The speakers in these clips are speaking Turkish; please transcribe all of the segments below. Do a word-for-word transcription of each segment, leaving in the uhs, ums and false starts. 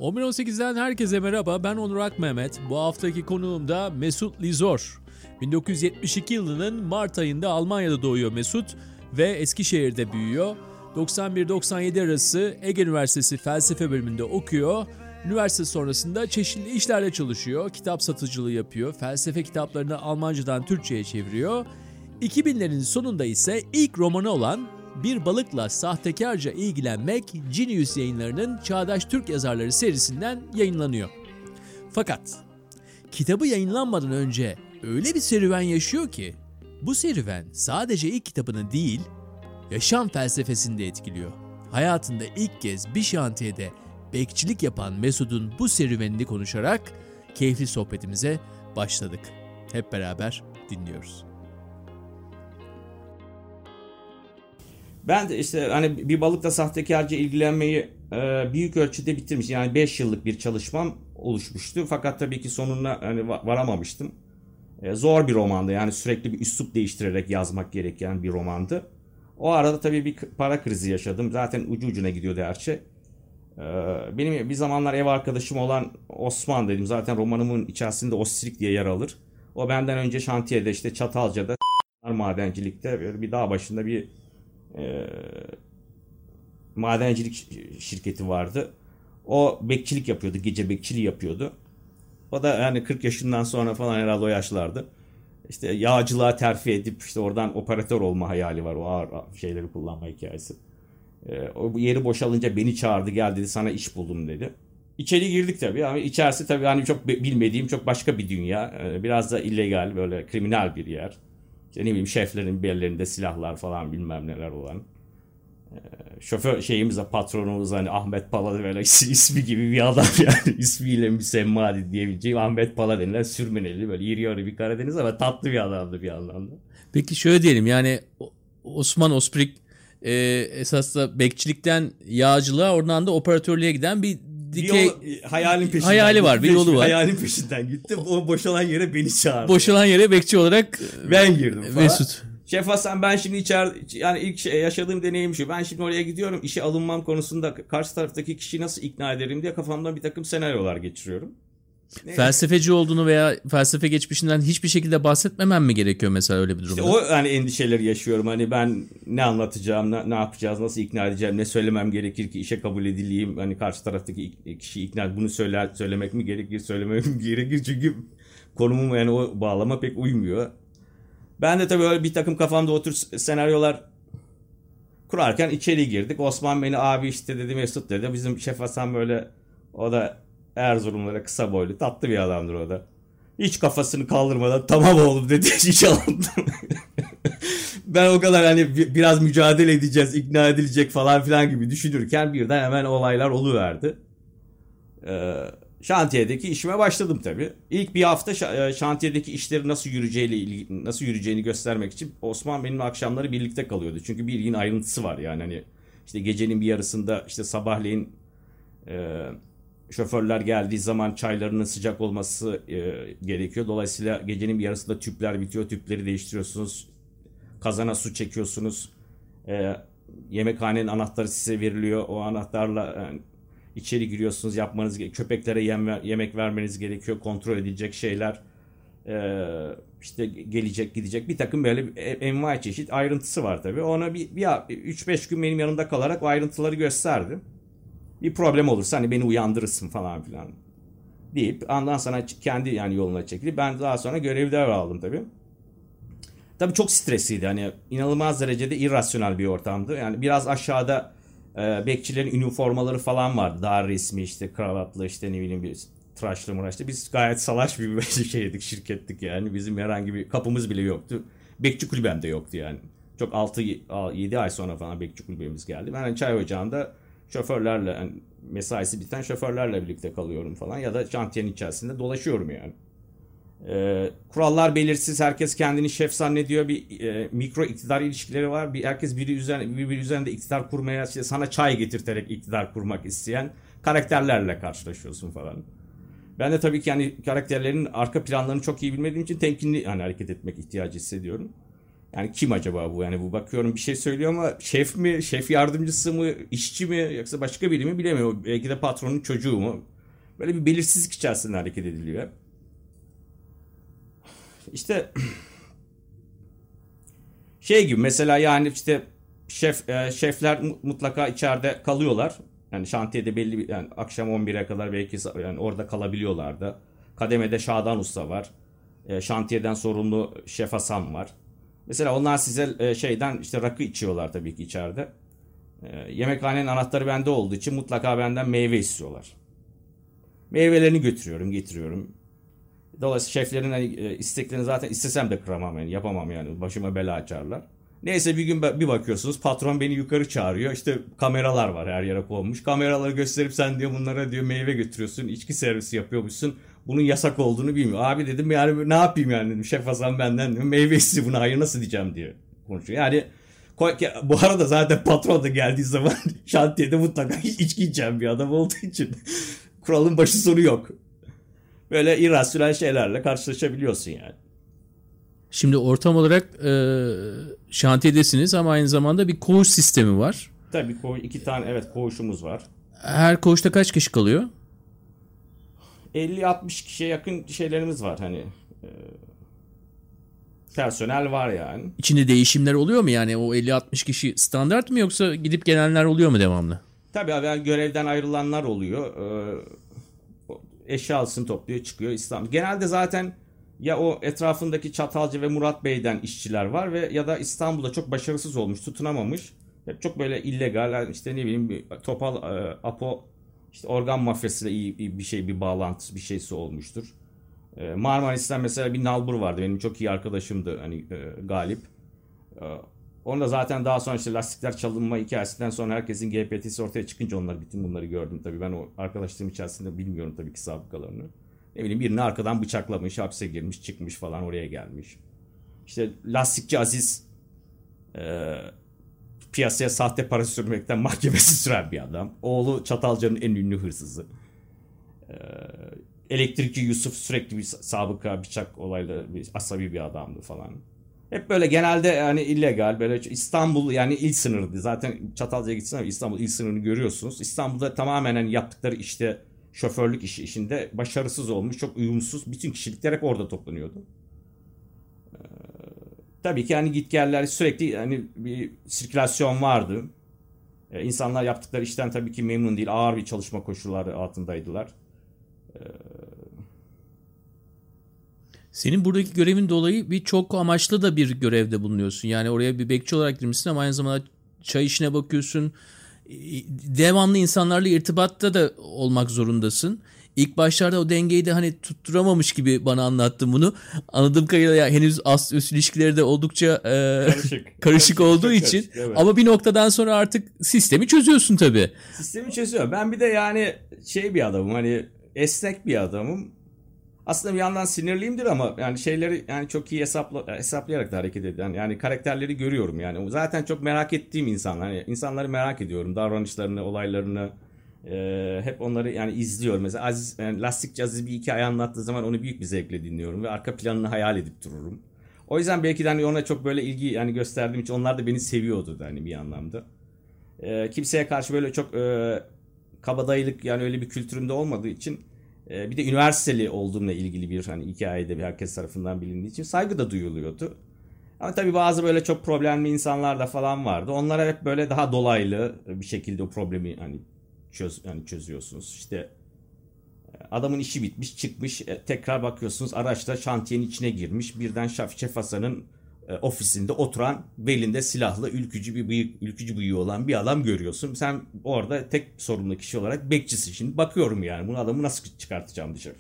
on bir on sekizden herkese merhaba, ben Onur Akmehmet. Bu haftaki konuğum da Mesut Lizor. bin dokuz yüz yetmiş iki yılının Mart ayında Almanya'da doğuyor Mesut ve Eskişehir'de büyüyor. doksan bir doksan yedi arası Ege Üniversitesi Felsefe bölümünde okuyor. Üniversite sonrasında çeşitli işlerle çalışıyor, kitap satıcılığı yapıyor, felsefe kitaplarını Almancadan Türkçe'ye çeviriyor. iki binlerin sonunda ise ilk romanı olan Bir Balıkla Sahtekarca İlgilenmek Genius Yayınları'nın Çağdaş Türk Yazarları serisinden yayınlanıyor. Fakat kitabı yayınlanmadan önce öyle bir serüven yaşıyor ki bu serüven sadece ilk kitabını değil, yaşam felsefesini de etkiliyor. Hayatında ilk kez bir şantiyede bekçilik yapan Mesut'un bu serüvenini konuşarak keyifli sohbetimize başladık. Hep beraber dinliyoruz. Ben de işte hani Bir Balıkla Sahtekarca İlgilenmeyi e, büyük ölçüde bitirmiş. Yani beş yıllık bir çalışmam oluşmuştu. Fakat tabii ki sonuna hani varamamıştım. E, zor bir romandı. Yani sürekli bir üslup değiştirerek yazmak gereken bir romandı. O arada tabii bir para krizi yaşadım. Zaten ucu ucuna gidiyordu her şey. E, benim bir zamanlar ev arkadaşım olan Osman dedim. Zaten romanımın içerisinde Ostrik diye yer alır. O benden önce şantiyede işte Çatalca'da madencilikte böyle bir dağ başında bir E, madencilik şirketi vardı. O bekçilik yapıyordu. Gece bekçiliği yapıyordu. O da yani kırk yaşından sonra falan herhalde o yaşlardı. İşte yağcılığa terfi edip işte oradan operatör olma hayali var. O ağır şeyleri kullanma hikayesi. E, o yeri boşalınca beni çağırdı. Gel dedi, sana iş buldum dedi. İçeri girdik tabii ama içerisi tabii hani çok bilmediğim çok başka bir dünya. E, biraz da illegal, böyle kriminal bir yer. İşte ne bileyim, şeflerin bellerinde silahlar falan bilmem neler olan. Ee, şoför şeyimiz de, patronumuz hani Ahmet Pala, böyle ismi gibi bir adam yani. İsmiyle müsemma diyebileceğim Ahmet Pala denilen sürmeneli, böyle iri yarı bir Karadeniz ama tatlı bir adamdı bir yandan da. Peki şöyle diyelim, yani Osman Osprik e, esas da bekçilikten yağcılığa, oradan da operatörlüğe giden bir dikey bir yol, hayalin peşinden hayali var, bir yolu var. Hayalin peşinden gittim. O boşalan yere beni çağırdı. Boşalan yere bekçi olarak ben girdim falan. Mesut. Şef Hasan, ben şimdi içeride, yani ilk şey, yaşadığım deneyim şu. Ben şimdi oraya gidiyorum, işe alınmam konusunda karşı taraftaki kişiyi nasıl ikna ederim diye kafamdan bir takım senaryolar geçiriyorum. Ne? Felsefeci olduğunu veya felsefe geçmişinden hiçbir şekilde bahsetmemem mi gerekiyor mesela öyle bir durumda? İşte o yani endişeleri yaşıyorum. Hani ben ne anlatacağım, ne, ne yapacağız, nasıl ikna edeceğim, ne söylemem gerekir ki işe kabul edileyim. Hani karşı taraftaki kişiyi ikna, bunu söyler, söylemek mi gerekir, söylemek mi gerekir? Çünkü konumum yani o bağlama pek uymuyor. Ben de tabii öyle bir takım kafamda o tür senaryolar kurarken içeri girdik. Osman beni abi işte dedi, Mesut dedi. Bizim Şef Hasan böyle, o da Erzurumlara kısa boylu tatlı bir adamdır o da. Hiç kafasını kaldırmadan tamam oğlum dedi, hiç alındım. Ben o kadar hani biraz mücadele edeceğiz, ikna edilecek falan filan gibi düşünürken birden hemen olaylar oluverdi. Ee, şantiyedeki işime başladım tabii. İlk bir hafta şantiyedeki işleri nasıl yürüyeceğiyle nasıl yürüyeceğini göstermek için Osman benimle akşamları birlikte kalıyordu. Çünkü bir yine ayrıntısı var yani, hani işte gecenin bir yarısında işte sabahleyin e, şoförler geldiği zaman çaylarının sıcak olması e, gerekiyor. Dolayısıyla gecenin bir yarısında tüpler bitiyor. Tüpleri değiştiriyorsunuz. Kazana su çekiyorsunuz. E, yemekhanenin anahtarı size veriliyor. O anahtarla yani, içeri giriyorsunuz. Yapmanız köpeklere yem, yemek vermeniz gerekiyor. Kontrol edilecek şeyler. E, işte gelecek gidecek. Bir takım böyle envai çeşit ayrıntısı var tabii. Ona bir, bir üç beş gün benim yanımda kalarak o ayrıntıları gösterdim. Bir problem olursa hani beni uyandırırsın falan filan deyip ondan sonra kendi yani yoluna çekilip ben daha sonra görevi devraldım tabii. Tabii çok stresliydi, hani inanılmaz derecede irrasyonel bir ortamdı. Yani biraz aşağıda e, bekçilerin üniformaları falan vardı. Daha resmi, işte kravatlı, işte ne bileyim bir tıraşlı mıraşlı. Biz gayet salaş bir şeydik, şirkettik yani. Bizim herhangi bir kapımız bile yoktu. Bekçi kulübem de yoktu yani. Çok altı yedi ay sonra falan bekçi kulübemiz geldi. Ben hani çay ocağında şoförlerle, yani mesaisi biten şoförlerle birlikte kalıyorum falan, ya da şantiyenin içerisinde dolaşıyorum yani. Ee, kurallar belirsiz, herkes kendini şef zannediyor, bir e, mikro iktidar ilişkileri var. Bir herkes biri üzerine birbiri üzerinde iktidar kurmaya, işte sana çay getirterek iktidar kurmak isteyen karakterlerle karşılaşıyorsun falan. Ben de tabii ki yani karakterlerin arka planlarını çok iyi bilmediğim için temkinli hani hareket etmek ihtiyacı hissediyorum. Yani kim acaba bu? Yani bu bakıyorum bir şey söylüyor ama şef mi, şef yardımcısı mı, işçi mi, yoksa başka biri mi bilemiyorum. Belki de patronun çocuğu mu? Böyle bir belirsizlik içerisinde hareket ediliyor. İşte şey gibi mesela yani işte şef e, şefler mutlaka içeride kalıyorlar. Yani şantiyede belli bir yani akşam on bire kadar belki yani orada kalabiliyorlar da. Kademede Şadan Usta var. E, şantiyeden sorumlu Şef Hasan var. Mesela onlar size e, şeyden işte rakı içiyorlar tabii ki içeride. E, yemekhanenin anahtarı bende olduğu için mutlaka benden meyve istiyorlar. Meyvelerini götürüyorum, getiriyorum. Dolayısıyla şeflerin hani, isteklerini zaten istesem de kıramam yani yapamam yani başıma bela açarlar. Neyse bir gün bir bakıyorsunuz patron beni yukarı çağırıyor. İşte kameralar var her yere konmuş. Kameraları gösterip sen diyor bunlara diyor meyve götürüyorsun, içki servisi yapıyormuşsun. Bunun yasak olduğunu bilmiyor. Abi dedim yani ne yapayım yani dedim. Şef Hasan benden diyor, meyve istiyor buna hayır nasıl diyeceğim diye konuşuyor. Yani bu arada zaten patron da geldiği zaman şantiyede mutlaka içki içen bir adam olduğu için kuralın başı sonu yok. Böyle irrasyonel şeylerle karşılaşabiliyorsun yani. Şimdi ortam olarak e, şantiyedesiniz ama aynı zamanda bir koğuş sistemi var. Tabii ko- iki tane evet koğuşumuz var. Her koğuşta kaç kişi kalıyor? elli altmış kişiye yakın şeylerimiz var hani. E, personel var yani. İçinde değişimler oluyor mu yani o elli altmış kişi standart mı yoksa gidip gelenler oluyor mu devamlı? Tabii abi yani görevden ayrılanlar oluyor. E, eşyasını topluyor çıkıyor İstanbul. Genelde zaten ya o etrafındaki Çatalca ve Murat Bey'den işçiler var ve ya da İstanbul'da çok başarısız olmuş, tutunamamış. Hep çok böyle illegal işte ne bileyim Topal, e, Apo işte organ mafyasıyla iyi, iyi bir şey bir bağlantısı bir şeysi olmuştur. E, Marmaris'ten mesela bir nalbur vardı. Benim çok iyi arkadaşımdı hani e, Galip. E, onu da zaten daha sonra işte lastikler çalınma hikayesinden sonra herkesin G P T'si ortaya çıkınca onlar bütün bunları gördüm tabii. Ben o arkadaşlığım içerisinde bilmiyorum tabii ki sabıkalarını. Ne bileyim birini arkadan bıçaklamış, hapse girmiş, çıkmış falan oraya gelmiş. İşte lastikçi Aziz e, piyasaya sahte para sürmekten mahkemesi süren bir adam. Oğlu Çatalca'nın en ünlü hırsızı. E, elektrikçi Yusuf sürekli bir sabıka, bıçak olayla bir asabi bir adamdı falan. Hep böyle genelde yani illegal böyle İstanbul yani il sınırıydı. Zaten Çatalca'ya gitsin ama İstanbul il sınırını görüyorsunuz. İstanbul'da tamamen hani yaptıkları işte şoförlük işi işinde başarısız olmuş, çok uyumsuz. Bütün kişilikler hep orada toplanıyordu. Ee, tabii ki hani gitgeller sürekli hani bir sirkülasyon vardı. Ee, insanlar yaptıkları işten tabii ki memnun değil. Ağır bir çalışma koşulları altındaydılar. Ee, Senin buradaki görevin dolayı bir çok amaçlı da bir görevde bulunuyorsun. Yani oraya bir bekçi olarak girmişsin ama aynı zamanda çay işine bakıyorsun. Devamlı insanlarla irtibatta da olmak zorundasın. İlk başlarda o dengeyi de hani tutturamamış gibi bana anlattın bunu. Anladığım kadarıyla ya henüz ast üst ilişkileri de oldukça e, karışık, karışık olduğu karışık, için. Karışık, evet. Ama bir noktadan sonra artık sistemi çözüyorsun tabii. Sistemi çözüyorum. Ben bir de yani şey bir adamım hani esnek bir adamım. Aslında bir yandan sinirliyimdir ama yani şeyleri yani çok iyi hesapla, hesaplayarak da hareket eden yani karakterleri görüyorum yani. Zaten çok merak ettiğim insanlar. Yani insanları merak ediyorum. Davranışlarını, olaylarını e, hep onları yani izliyorum. Mesela Aziz, yani Lastikçi Aziz bir hikaye anlattığı zaman onu büyük bir zevkle dinliyorum ve arka planını hayal edip dururum. O yüzden belki de hani ona çok böyle ilgi yani gösterdiğim için onlar da beni seviyordu da hani bir anlamda. E, kimseye karşı böyle çok e, kabadayılık yani öyle bir kültürümde olmadığı için bir de üniversiteli olduğumla ilgili bir hani hikayede bir herkes tarafından bilindiği için saygı da duyuluyordu. Ama tabii bazı böyle çok problemli insanlar da falan vardı. Onlara hep böyle daha dolaylı bir şekilde o problemi hani çöz yani çözüyorsunuz. İşte adamın işi bitmiş, çıkmış, tekrar bakıyorsunuz araçta şantiyenin içine girmiş. Birden Şef Hasan'ın ofisinde oturan belinde silahlı ülkücü bir bıyık, ülkücü bıyığı olan bir adam görüyorsun. Sen orada tek sorumlu kişi olarak bekçisin. Şimdi bakıyorum yani bunu adamı nasıl çıkartacağım dışarı.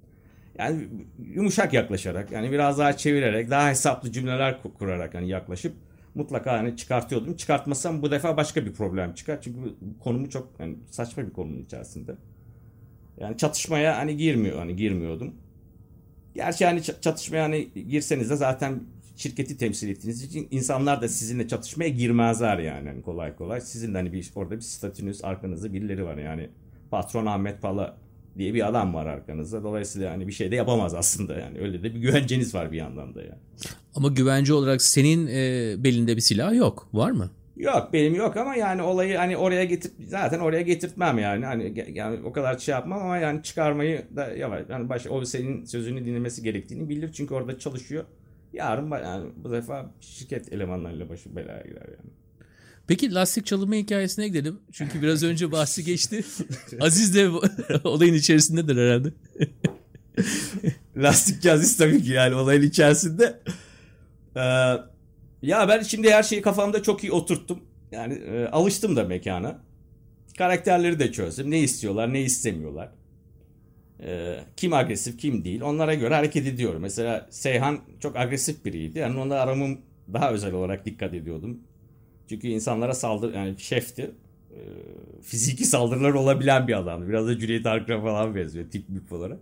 Yani yumuşak yaklaşarak yani biraz daha çevirerek daha hesaplı cümleler kurarak hani yaklaşıp mutlaka hani çıkartıyordum. Çıkartmasam bu defa başka bir problem çıkar. Çünkü konumu çok yani saçma bir konunun içerisinde. Yani çatışmaya hani girmiyor hani girmiyordum. Gerçi hani çatışmaya hani girseniz de zaten şirketi temsil ettiğiniz için insanlar da sizinle çatışmaya girmezler yani hani kolay kolay. Sizin de hani bir, orada bir statünüz, arkanızda birileri var yani. Patron Ahmet Pala diye bir adam var arkanızda. Dolayısıyla hani bir şey de yapamaz aslında yani. Öyle de bir güvenceniz var bir yandan da yani. Ama güvence olarak senin e, belinde bir silah yok. Var mı? Yok benim yok ama yani olayı hani oraya getir zaten oraya getirtmem yani hani yani o kadar şey yapmam ama yani çıkarmayı da yavaş yani baş o senin sözünü dinlemesi gerektiğini bilir çünkü orada çalışıyor. Yarın yani bu defa şirket elemanlarıyla başı belaya girer yani. Peki lastik çalınma hikayesine gidelim. Çünkü biraz önce bahsi geçti. Aziz de olayın içerisindedir herhalde. Lastikçi Aziz tabii ki yani olayın içerisinde. Ee, ya ben şimdi her şeyi kafamda çok iyi oturttum. Yani e, alıştım da mekana. Karakterleri de çözdüm. Ne istiyorlar, ne istemiyorlar. Ee, kim agresif, kim değil. Onlara göre hareket ediyorum. Mesela Seyhan çok agresif biriydi. Yani onda aramım daha özel olarak dikkat ediyordum. Çünkü insanlara saldır yani şefti. Ee, fiziki saldırılar olabilen bir adamdı. Biraz da Cüneyt Arkın'a falan benziyor tip mip olarak.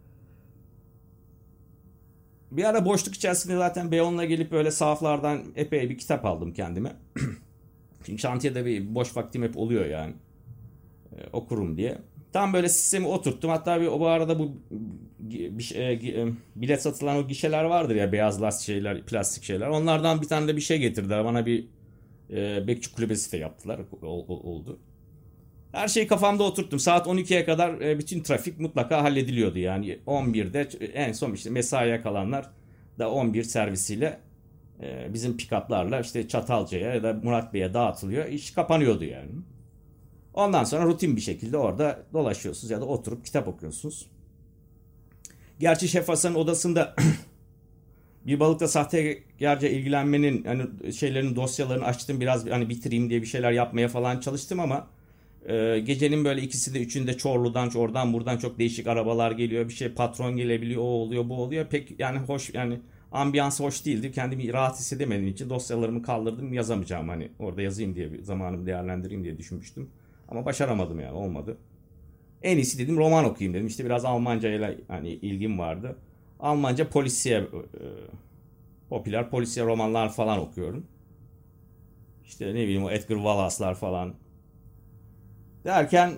Bir ara boşluk içerisinde zaten Beyon'la gelip böyle sahaflardan epey bir kitap aldım kendime. Çünkü şantiyede bir boş vaktim hep oluyor yani. Ee, okurum diye. Tam böyle sistemi oturttum. Hatta bir, o bu arada bu bir, e, bilet satılan o gişeler vardır ya, beyaz lastik şeyler, plastik şeyler. Onlardan bir tane de bir şey getirdiler. Bana bir e, bekçi kulübesi de yaptılar. O, o, oldu. Her şeyi kafamda oturttum. Saat on ikiye kadar e, bütün trafik mutlaka hallediliyordu yani. on birde en son işte mesaiye kalanlar da on bir servisiyle e, bizim pikaplarla işte Çatalca'ya ya da Murat Bey'e dağıtılıyor. İş kapanıyordu yani. Ondan sonra rutin bir şekilde orada dolaşıyorsunuz ya da oturup kitap okuyorsunuz. Gerçi Şef Hasan'ın odasında bir balıkla sahtekarca ilgilenmenin hani şeylerin dosyalarını açtım, biraz hani bitireyim diye bir şeyler yapmaya falan çalıştım ama e, gecenin böyle ikisi de üçünde Çorlu'dan oradan buradan çok değişik arabalar geliyor, bir şey patron gelebiliyor, o oluyor bu oluyor, pek yani hoş yani ambiyans hoş değildi. Kendimi rahat hissedemediğim için dosyalarımı kaldırdım, yazamayacağım hani orada yazayım diye bir zamanımı değerlendireyim diye düşünmüştüm. Ama başaramadım yani, olmadı. En iyisi dedim roman okuyayım dedim. İşte biraz Almanca ile hani ilgim vardı. Almanca polisiye, e, popüler polisiye romanlar falan okuyorum. İşte ne bileyim o Edgar Wallace'lar falan. Derken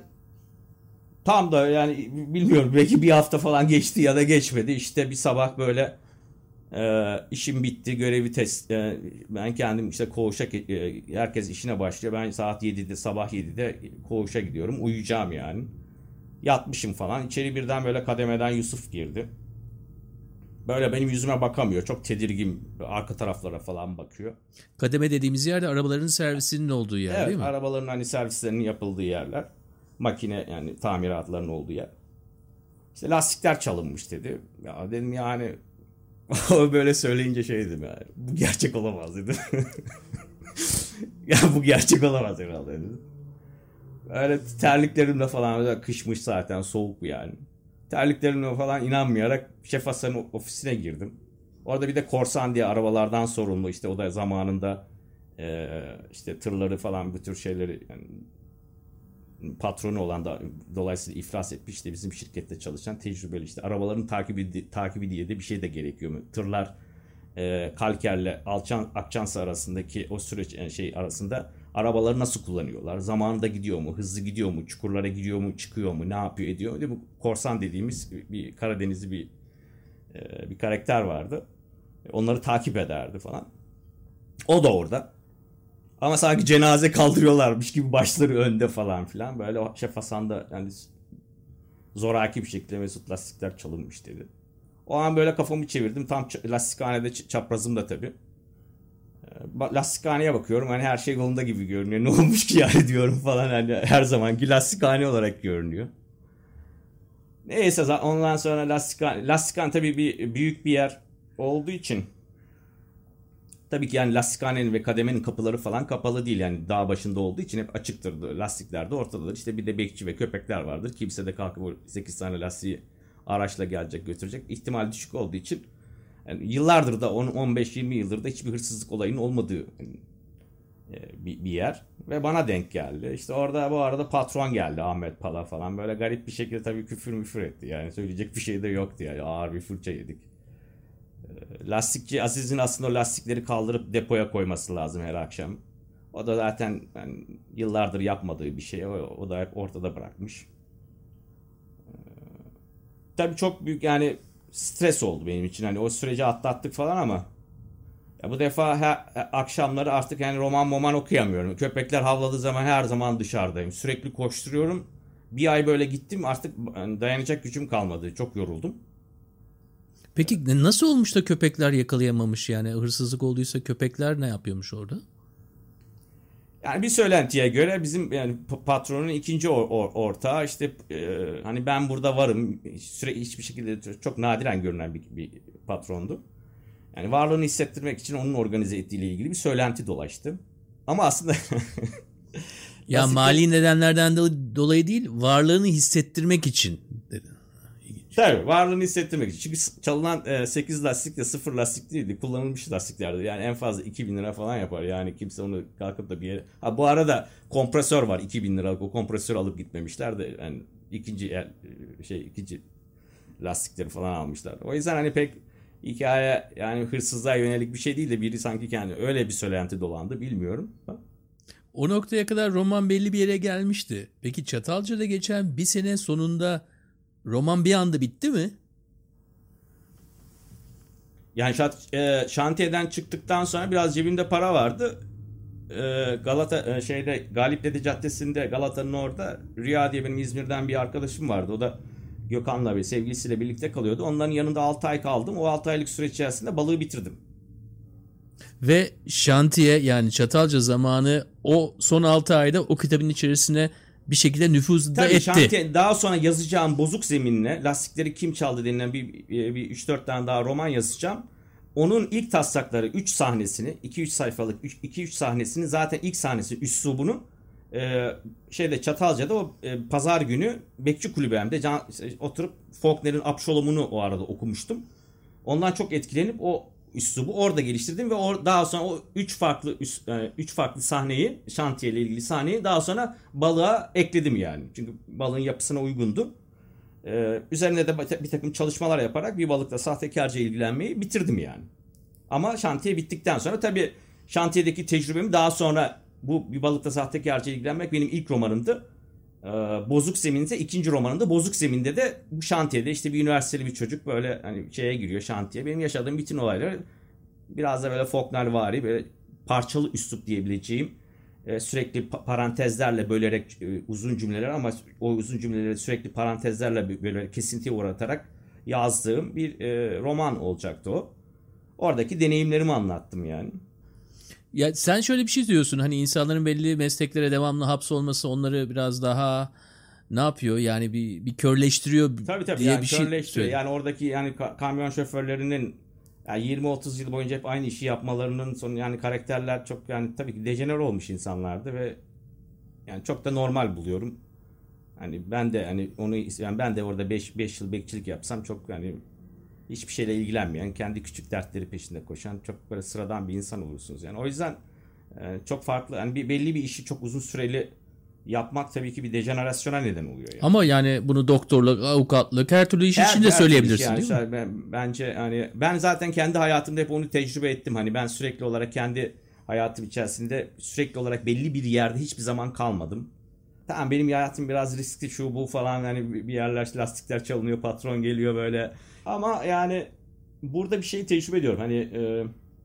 tam da yani bilmiyorum belki bir hafta falan geçti ya da geçmedi. İşte bir sabah böyle e, işim bitti, görevi test e, ben kendim işte koğuşa e, herkes işine başlıyor. Ben saat yedide, sabah yedide koğuşa gidiyorum. Uyuyacağım yani. Yatmışım falan. İçeri birden böyle kademeden Yusuf girdi. Böyle benim yüzüme bakamıyor. Çok tedirgin. Arka taraflara falan bakıyor. Kademe dediğimiz yerde arabaların servisinin olduğu yer, Evet, değil mi? arabaların hani servislerinin yapıldığı yerler. Makine yani tamiratların olduğu yer. İşte lastikler çalınmış dedi. Ya dedim yani o böyle söyleyince şey dedim yani. Bu gerçek olamaz dedim. Ya bu gerçek olamaz herhalde dedim. Öyle terliklerimle falan öyle kışmış zaten, soğuk yani. Terliklerimle falan inanmayarak Şef Hasan'ın ofisine girdim. Orada bir de Korsan diye arabalardan sorumlu, işte o da zamanında e, işte tırları falan bu tür şeyleri yani, patronu olan da dolayısıyla iflas etmiş, işte bizim şirkette çalışan tecrübeli, işte arabaların takibi takibi diye de bir şey de gerekiyor mu? Tırlar e, Kalker'le Alçan Akçansa arasındaki o süreç yani şey arasında arabaları nasıl kullanıyorlar? Zamanında gidiyor mu? Hızlı gidiyor mu? Çukurlara gidiyor mu? Çıkıyor mu? Ne yapıyor ediyor? Bu korsan dediğimiz bir Karadenizli bir e, bir karakter vardı. Onları takip ederdi falan. O da orada. Ama sanki cenaze kaldırıyorlarmış gibi başları önde falan filan. Böyle Şef Hasan da yani zoraki bir şekilde Mesut lastikler çalınmış dedi. O an böyle kafamı çevirdim. Tam lastikhanede çaprazım da tabii. Lastikhaneye bakıyorum. Hani her şey yolunda gibi görünüyor. Ne olmuş ki yani diyorum falan. Hani her zamanki lastikhane olarak görünüyor. Neyse ondan sonra lastikhane. Lastikhane tabii bir büyük bir yer olduğu için tabii ki yani lastikhanenin ve kademenin kapıları falan kapalı değil. Yani dağ başında olduğu için hep açıktır. Lastikler de ortadadır. İşte bir de bekçi ve köpekler vardır. Kimse de kalkıp sekiz tane lastiği araçla gelecek götürecek. İhtimal düşük olduğu için yani yıllardır da on on beş yirmi yıldır da hiçbir hırsızlık olayının olmadığı bir, bir yer. Ve bana denk geldi. İşte orada bu arada patron geldi, Ahmet Pala falan. Böyle garip bir şekilde tabii küfür müfür etti. Yani söyleyecek bir şey de yoktu yani. Ağır bir fırça yedik. Lastikçi Aziz'in aslında o lastikleri kaldırıp depoya koyması lazım her akşam. O da zaten yani yıllardır yapmadığı bir şey. O, o da hep ortada bırakmış. Tabii çok büyük yani stres oldu benim için. Hani o süreci atlattık falan ama Ya bu defa her, akşamları artık yani roman roman okuyamıyorum. Köpekler havladığı zaman her zaman dışarıdayım. Sürekli koşturuyorum. Bir ay böyle gittim, artık yani dayanacak gücüm kalmadı. Çok yoruldum. Peki nasıl olmuş da köpekler yakalayamamış, yani hırsızlık olduysa köpekler ne yapıyormuş orada? Yani bir söylentiye göre bizim yani patronun ikinci or, or, ortağı işte e, hani ben burada varım sürekli, hiçbir şekilde çok nadiren görünen bir, bir patrondu. Yani varlığını hissettirmek için onun organize ettiğiyle ilgili bir söylenti dolaştı. Ama aslında ya mali nedenlerden dolayı değil, varlığını hissettirmek için dedi. Tabii varlığını hissettirmek için. Çünkü çalınan sekiz lastik de sıfır lastik değildi. Kullanılmış lastiklerdi. Yani en fazla iki bin lira falan yapar. Yani kimse onu kalkıp da bir yere... Ha bu arada kompresör var iki bin liralık. O kompresörü alıp gitmemişler de yani ikinci şey ikinci lastikleri falan almışlar. O yüzden hani pek hikaye yani hırsızlığa yönelik bir şey değil de biri sanki kendi öyle bir söylenti dolandı, bilmiyorum. O noktaya kadar roman belli bir yere gelmişti. Peki Çatalca'da geçen bir sene sonunda roman bir anda bitti mi? Yani şat, e, şantiyeden çıktıktan sonra biraz cebimde para vardı. E, Galata e, şeyde Galipdede Caddesi'nde, Galata'nın orada Rüya diye benim İzmir'den bir arkadaşım vardı. O da Gökhan'la bir sevgilisiyle birlikte kalıyordu. Onların yanında altı ay kaldım. O altı aylık süreç içerisinde balığı bitirdim. Ve şantiye, yani Çatalca zamanı o son altı ayda o kitabın içerisine bir şekilde nüfuz da etti. Şantiye, daha sonra yazacağım Bozuk Zemin'le Lastikleri Kim Çaldı denilen bir, bir üç dört tane daha roman yazacağım. Onun ilk taslakları üç sahnesini, iki üç sayfalık iki üç sahnesini, zaten ilk sahnesi üslubunu e, şeyde Çatalca'da o e, pazar günü Bekçi Kulübem'de can, oturup Faulkner'in Abşolom'unu o arada okumuştum. Ondan çok etkilenip o üslubu orada geliştirdim ve or, daha sonra o üç farklı üç farklı sahneyi, şantiyeyle ilgili sahneyi daha sonra balığa ekledim yani. Çünkü balığın yapısına uygundu. Ee, üzerine de bir takım çalışmalar yaparak bir balıkla sahtekarca ilgilenmeyi bitirdim yani. Ama şantiye bittikten sonra tabii şantiyedeki tecrübemi daha sonra, bu bir balıkla sahtekarca ilgilenmek benim ilk romanımdı. Ee, Bozuk Zemin'de ikinci romanımda. Bozuk Zemin'de de bu şantiyede işte bir üniversiteli bir çocuk böyle hani şeye giriyor, şantiye. Benim yaşadığım bütün olayları biraz da böyle Faulknervari, böyle parçalı üslup diyebileceğim, e, sürekli parantezlerle bölerek e, uzun cümleler, ama o uzun cümleleri sürekli parantezlerle böyle kesintiye uğratarak yazdığım bir e, roman olacaktı o. Oradaki deneyimlerimi anlattım yani. Ya sen şöyle bir şey diyorsun, hani insanların belli mesleklere devamlı hapsolması onları biraz daha ne yapıyor, yani bir bir körleştiriyor tabii, tabii. diye Yani bir şey körleştiriyor. Yani oradaki yani kamyon şoförlerinin yani yirmi otuz yıl boyunca hep aynı işi yapmalarının sonu, yani karakterler çok yani tabii ki dejenere olmuş insanlardı ve yani çok da normal buluyorum. Hani ben de hani onu yani ben de orada beş beş yıl bekçilik yapsam çok yani hiçbir şeyle ilgilenmeyen, kendi küçük dertleri peşinde koşan çok böyle sıradan bir insan olursunuz. Yani o yüzden e, çok farklı, yani bir belli bir işi çok uzun süreli yapmak tabii ki bir dejenerasyona neden oluyor yani. Ama yani bunu doktorluk, avukatlık, her türlü iş için de söyleyebilirsin yani, değil mi? Ben, bence hani ben zaten kendi hayatımda hep onu tecrübe ettim. Hani ben sürekli olarak kendi hayatım içerisinde sürekli olarak belli bir yerde hiçbir zaman kalmadım. Tamam, benim hayatım biraz riskli, şu bu falan, hani bir yerler lastikler çalınıyor, patron geliyor böyle. Ama yani burada bir şey tecrübe ediyorum. Hani e,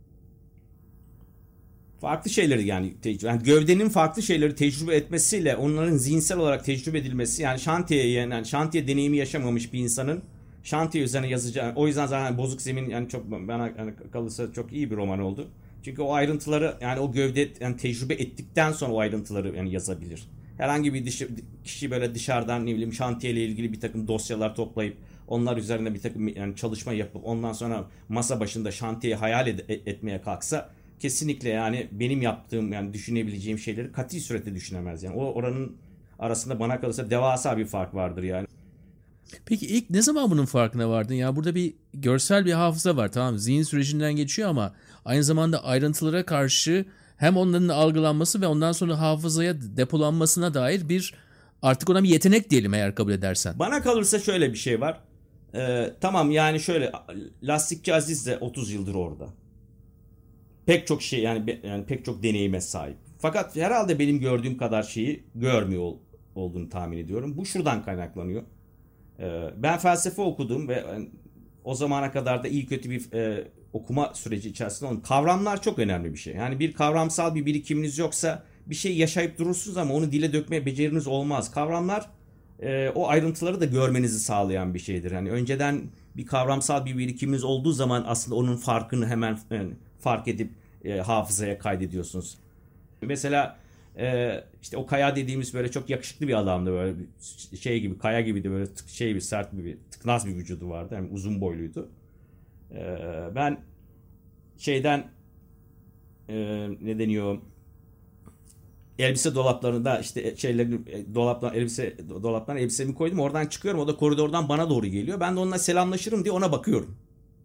farklı şeyleri yani, tecrübe, yani gövdenin farklı şeyleri tecrübe etmesiyle onların zihinsel olarak tecrübe edilmesi, yani şantiye yani şantiye deneyimi yaşamamış bir insanın şantiye üzerine yazacağı, o yüzden zaten Bozuk Zemin yani çok bana yani kalırsa çok iyi bir roman oldu. Çünkü o ayrıntıları, yani o gövde yani tecrübe ettikten sonra o ayrıntıları yani yazabilir. Herhangi bir dışı, kişi böyle dışarıdan ne bileyim şantiyeyle ilgili bir takım dosyalar toplayıp onlar üzerine bir takım yani çalışma yapıp ondan sonra masa başında şantiyeyi hayal ed- etmeye kalksa kesinlikle yani benim yaptığım yani düşünebileceğim şeyleri kati surette düşünemez yani. O oranın arasında bana kalırsa devasa bir fark vardır yani. Peki ilk ne zaman bunun farkına vardın? Ya burada bir görsel bir hafıza var, tamam, zihin sürecinden geçiyor ama aynı zamanda ayrıntılara karşı hem onların algılanması ve ondan sonra hafızaya depolanmasına dair bir, artık ona bir yetenek diyelim eğer kabul edersen. Bana kalırsa şöyle bir şey var. Ee, tamam yani şöyle, Lastikçi Aziz de otuz yıldır orada. Pek çok şey yani, yani pek çok deneyime sahip. Fakat herhalde benim gördüğüm kadar şeyi görmüyor ol, olduğunu tahmin ediyorum. Bu şuradan kaynaklanıyor. Ee, ben felsefe okudum ve yani, o zamana kadar da iyi kötü bir e, okuma süreci içerisinde onun kavramlar çok önemli bir şey. Yani bir kavramsal bir birikiminiz yoksa bir şey yaşayıp durursunuz ama onu dile dökmeye beceriniz olmaz. Kavramlar e, o ayrıntıları da görmenizi sağlayan bir şeydir. Yani önceden bir kavramsal bir birikiminiz olduğu zaman aslında onun farkını hemen yani fark edip e, hafızaya kaydediyorsunuz. Mesela e, işte o Kaya dediğimiz böyle çok yakışıklı bir adamdı, böyle şey gibi, kaya gibiydi, böyle şey bir sert bir tıknaz bir vücudu vardı, yani uzun boyluydu. E, ben şeyden e, ne deniyor, elbise dolaplarında işte şeyleri dolaptan elbise dolaptan elbisemi koydum, oradan çıkıyorum, o da koridordan bana doğru geliyor, ben de onunla selamlaşırım diye ona bakıyorum.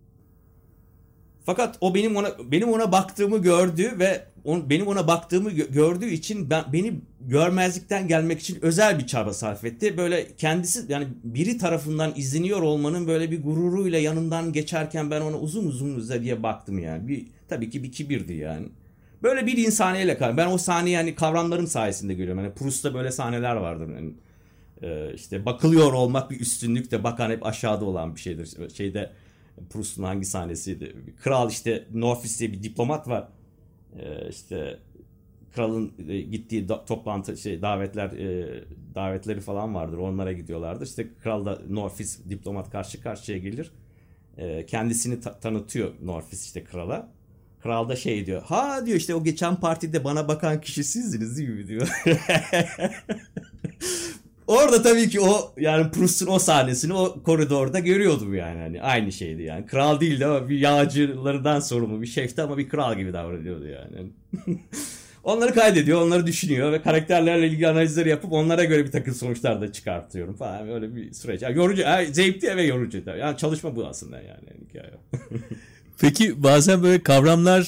Fakat o benim ona benim ona baktığımı gördü ve on, benim ona baktığımı gö- gördüğü için ben beni görmezlikten gelmek için özel bir çaba sarf etti. Böyle kendisi, yani biri tarafından izleniyor olmanın böyle bir gururuyla yanından geçerken ben ona uzun uzun uzun diye baktım yani. Bir, tabii ki bir kibirdi yani. Böyle bir insaniyetle kaldım. Ben o sahneyi yani kavramlarım sayesinde görüyorum. Hani Proust'ta böyle sahneler vardır. Yani, e, işte bakılıyor olmak bir üstünlük de bakan hep aşağıda olan bir şeydir. Şeyde Proust'un hangi sahnesiydi? Kral işte Norfis diye bir diplomat var. Ee, işte kralın gittiği da, toplantı şey davetler e, davetleri falan vardır. Onlara gidiyorlardır. İşte kral da Norfis diplomat karşı karşıya gelir. E, kendisini ta- tanıtıyor Norfis işte krala. Kral da şey diyor. Ha diyor, işte o geçen partide bana bakan kişi sizdiniz değil mi diyor. Orada tabii ki o yani Proust'un o sahnesini o koridorda görüyordum yani. Hani aynı şeydi yani. Kral değildi ama bir yağcılardan sorumlu bir şefti ama bir kral gibi davranıyordu yani. Onları kaydediyor, onları düşünüyor ve karakterlerle ilgili analizleri yapıp onlara göre bir takım sonuçlar da çıkartıyorum falan, öyle bir süreç. Yani yorucu, yani zevkli ve yorucu tabii. Yani çalışma bu aslında yani hikaye. Peki bazen böyle kavramlar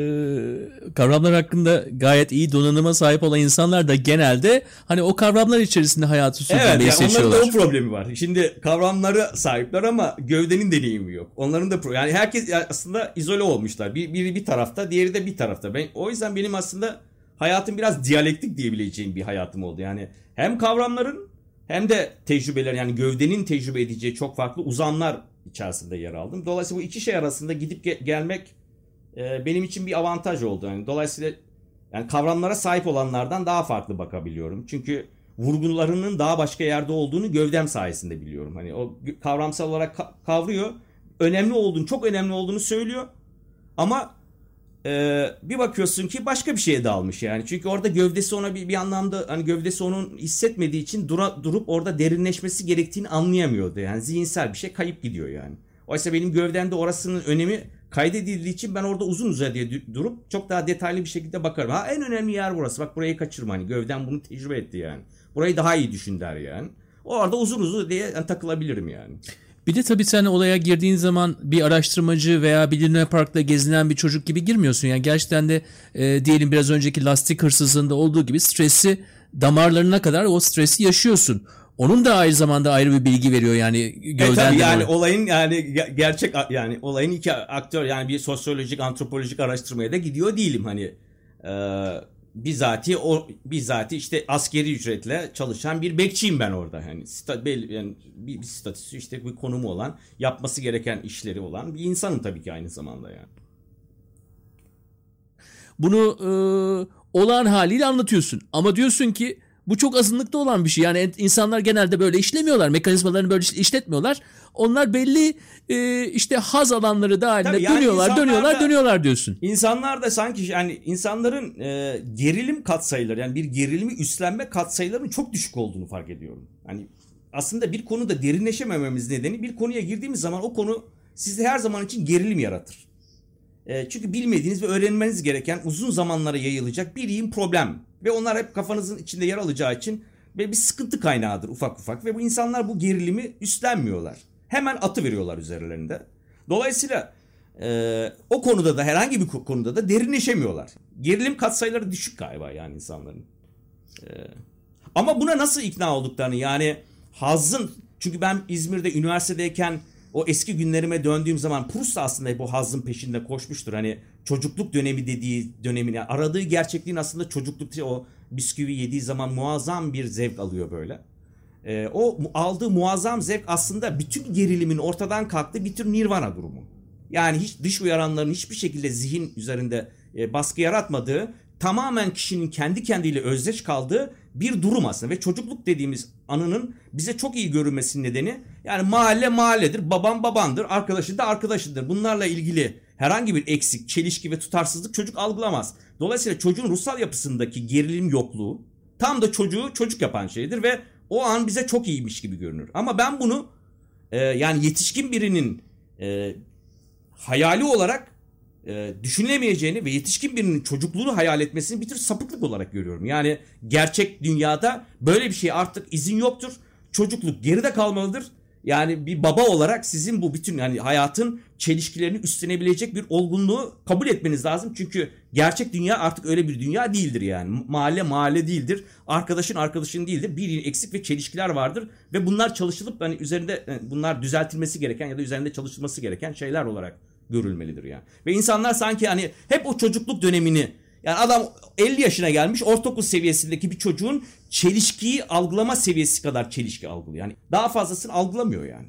e, kavramlar hakkında gayet iyi donanıma sahip olan insanlar da genelde hani o kavramlar içerisinde hayatı sürdürmeyi evet, yani seçiyorlar. onların da o problemi var. Şimdi kavramları sahipler ama gövdenin deneyimi yok. Onların da pro- yani herkes yani aslında izole olmuşlar. Bir, biri bir tarafta, diğeri de bir tarafta. Ben o yüzden benim aslında hayatım biraz diyalektik diyebileceğim bir hayatım oldu. Yani hem kavramların hem de tecrübeler, yani gövdenin tecrübe edeceği çok farklı uzamlar içerisinde yer aldım. Dolayısıyla bu iki şey arasında gidip ge- gelmek e, benim için bir avantaj oldu. Yani dolayısıyla yani kavramlara sahip olanlardan daha farklı bakabiliyorum. Çünkü vurgularının daha başka yerde olduğunu gövdem sayesinde biliyorum. Hani o kavramsal olarak ka- kavruyor. Önemli olduğunu, çok önemli olduğunu söylüyor. Ama e, bir bakıyorsun ki başka bir şeye dalmış yani. Çünkü orada gövdesi ona bir, bir anlamda hani gövdesi onun hissetmediği için dura, durup orada derinleşmesi gerektiğini anlayamıyordu. Yani zihinsel bir şey kayıp gidiyor yani. Oysa benim gövdemde orasının önemi kaydedildiği için ben orada uzun uzadıya durup çok daha detaylı bir şekilde bakarım. Ha, en önemli yer burası. Bak burayı kaçırma. Hani gövdem bunu tecrübe etti yani. Burayı daha iyi düşün der yani. Orada uzun uzun diye yani takılabilirim yani. Bir de tabii sen olaya girdiğin zaman bir araştırmacı veya bir Luna Park'ta gezinen bir çocuk gibi girmiyorsun. Yani gerçekten de e, diyelim biraz önceki lastik hırsızlığında olduğu gibi stresi damarlarına kadar o stresi yaşıyorsun. Onun da aynı zamanda ayrı bir bilgi veriyor yani gövden. E tabii yani böyle. olayın yani gerçek yani olayın iki aktör, yani bir sosyolojik antropolojik araştırmaya da gidiyor değilim hani. E, bizatihi o bizatihi işte askeri ücretle çalışan bir bekçiyim ben orada yani, sta, belli, yani bir, bir statüsü işte bir konumu olan, yapması gereken işleri olan bir insanım tabii ki aynı zamanda yani. Bunu e, olağan haliyle anlatıyorsun ama diyorsun ki bu çok azınlıkta olan bir şey. Yani insanlar genelde böyle işlemiyorlar. Mekanizmalarını böyle işletmiyorlar. Onlar belli e, işte haz alanları dahilinde yani dönüyorlar, dönüyorlar, da, dönüyorlar diyorsun. İnsanlar da sanki yani insanların e, gerilim katsayıları, yani bir gerilimi üstlenme katsayılarının çok düşük olduğunu fark ediyorum. Hani aslında bir konuda derinleşemememiz nedeni, bir konuya girdiğimiz zaman o konu sizde her zaman için gerilim yaratır. E, çünkü bilmediğiniz ve öğrenmeniz gereken, uzun zamanlara yayılacak bir yığın problem. Ve onlar hep kafanızın içinde yer alacağı için bir sıkıntı kaynağıdır ufak ufak. Ve bu insanlar bu gerilimi üstlenmiyorlar. Hemen atı veriyorlar üzerlerinde. Dolayısıyla e, o konuda da, herhangi bir konuda da derinleşemiyorlar. Gerilim katsayıları düşük galiba yani insanların. E, ama buna nasıl ikna olduklarını, yani hazzın, çünkü ben İzmir'de üniversitedeyken o eski günlerime döndüğüm zaman Proust aslında bu hazzın peşinde koşmuştur. Hani çocukluk dönemi dediği dönemini, aradığı gerçekliğin aslında çocukluk, o bisküvi yediği zaman muazzam bir zevk alıyor böyle. Ee, o aldığı muazzam zevk aslında bütün gerilimin ortadan kalktığı bir tür nirvana durumu. Yani hiç dış uyaranların hiçbir şekilde zihin üzerinde e, baskı yaratmadığı, tamamen kişinin kendi kendiyle özdeş kaldığı bir durum aslında. Ve çocukluk dediğimiz anının bize çok iyi görünmesinin nedeni, yani mahalle mahalledir, babam babandır, arkadaşı da arkadaşıdır. Bunlarla ilgili herhangi bir eksik, çelişki ve tutarsızlık çocuk algılamaz. Dolayısıyla çocuğun ruhsal yapısındaki gerilim yokluğu tam da çocuğu çocuk yapan şeydir ve o an bize çok iyiymiş gibi görünür. Ama ben bunu e, yani yetişkin birinin e, hayali olarak e, düşünülemeyeceğini ve yetişkin birinin çocukluğunu hayal etmesini bir tür sapıklık olarak görüyorum. Yani gerçek dünyada böyle bir şey artık izin yoktur. Çocukluk geride kalmalıdır. Yani bir baba olarak sizin bu bütün yani hayatın çelişkilerini üstlenebilecek bir olgunluğu kabul etmeniz lazım. Çünkü gerçek dünya artık öyle bir dünya değildir yani. Mahalle mahalle değildir. Arkadaşın arkadaşın değildir. Bir eksik ve çelişkiler vardır ve bunlar çalışılıp hani üzerinde bunlar düzeltilmesi gereken ya da üzerinde çalışılması gereken şeyler olarak görülmelidir yani. Ve insanlar sanki hani hep o çocukluk dönemini, yani adam elli yaşına gelmiş, ortaokul seviyesindeki bir çocuğun çelişkiyi algılama seviyesi kadar çelişki algılıyor. Yani daha fazlasını algılamıyor yani.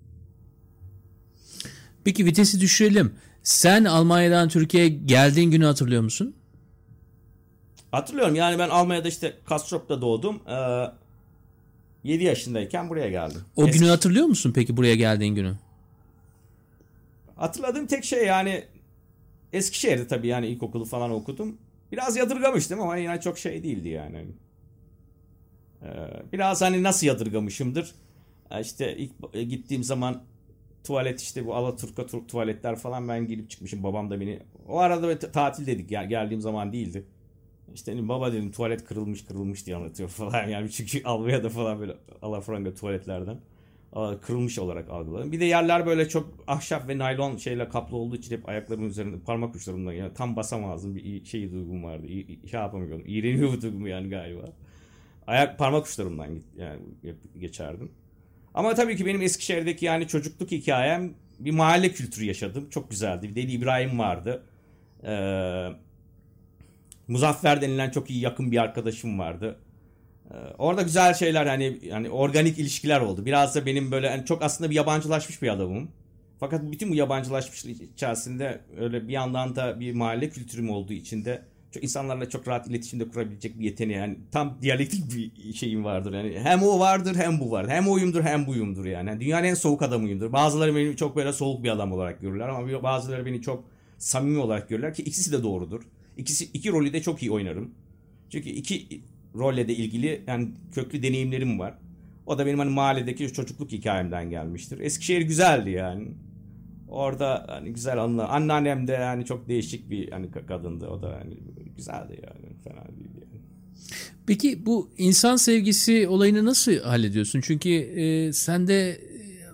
Peki vitesi düşürelim. Sen Almanya'dan Türkiye'ye geldiğin günü hatırlıyor musun? Hatırlıyorum, yani ben Almanya'da işte Kastrop'ta doğdum. Ee, yedi yaşındayken buraya geldim. O Eski... günü hatırlıyor musun peki, buraya geldiğin günü? Hatırladığım tek şey yani Eskişehir'de tabii, yani ilkokulu falan okudum. Biraz yadırgamıştım ama yine çok şey değildi yani. Ee, biraz hani nasıl yadırgamışımdır. İşte ilk gittiğim zaman tuvalet, işte bu Alaturka tuvaletler falan, ben girip çıkmışım. Babam da beni, o arada tatil dedik yani, geldiğim zaman değildi. İşte hani baba dedim, tuvalet kırılmış kırılmış diye anlatıyor falan yani, çünkü Almanya'da falan böyle alafranga tuvaletlerden kırılmış olarak algıladım. Bir de yerler böyle çok ahşap ve naylon şeyle kaplı olduğu için hep ayaklarımın üzerinde, parmak uçlarımda yani tam basamazdım, bir şey duygum vardı. İ- şey yapamıyordum. İğreniyor bu duygum yani galiba. Ayak parmak uçlarımdan yani geçerdim. Ama tabii ki benim Eskişehir'deki yani çocukluk hikayem, bir mahalle kültürü yaşadım. Çok güzeldi. Bir Deli İbrahim vardı. Ee, Muzaffer denilen çok iyi yakın bir arkadaşım vardı. Ee, orada güzel şeyler, hani yani organik ilişkiler oldu. Biraz da benim böyle yani çok aslında bir yabancılaşmış bir adamım. Fakat bütün bu yabancılaşmışlık içerisinde öyle bir yandan da bir mahalle kültürüm olduğu için de çok insanlarla çok rahat iletişimde kurabilecek bir yeteneği, yani tam diyalektik bir şeyim vardır yani, hem o vardır hem bu vardır, hem oyumdur hem buyumdur yani. Yani dünyanın en soğuk adamıyımdır. Bazıları beni çok böyle soğuk bir adam olarak görürler ama bazıları beni çok samimi olarak görürler, ki ikisi de doğrudur. İkisi iki rolü de çok iyi oynarım. Çünkü iki rolle de ilgili yani köklü deneyimlerim var. O da benim hani mahalledeki çocukluk hikayemden gelmiştir. Eskişehir güzeldi yani. Orada hani güzel anılar. Anneannem de yani çok değişik bir hani kadındı. O da hani güzeldi yani. Fena değildi yani. Peki bu insan sevgisi olayını nasıl hallediyorsun? Çünkü e, sen de e,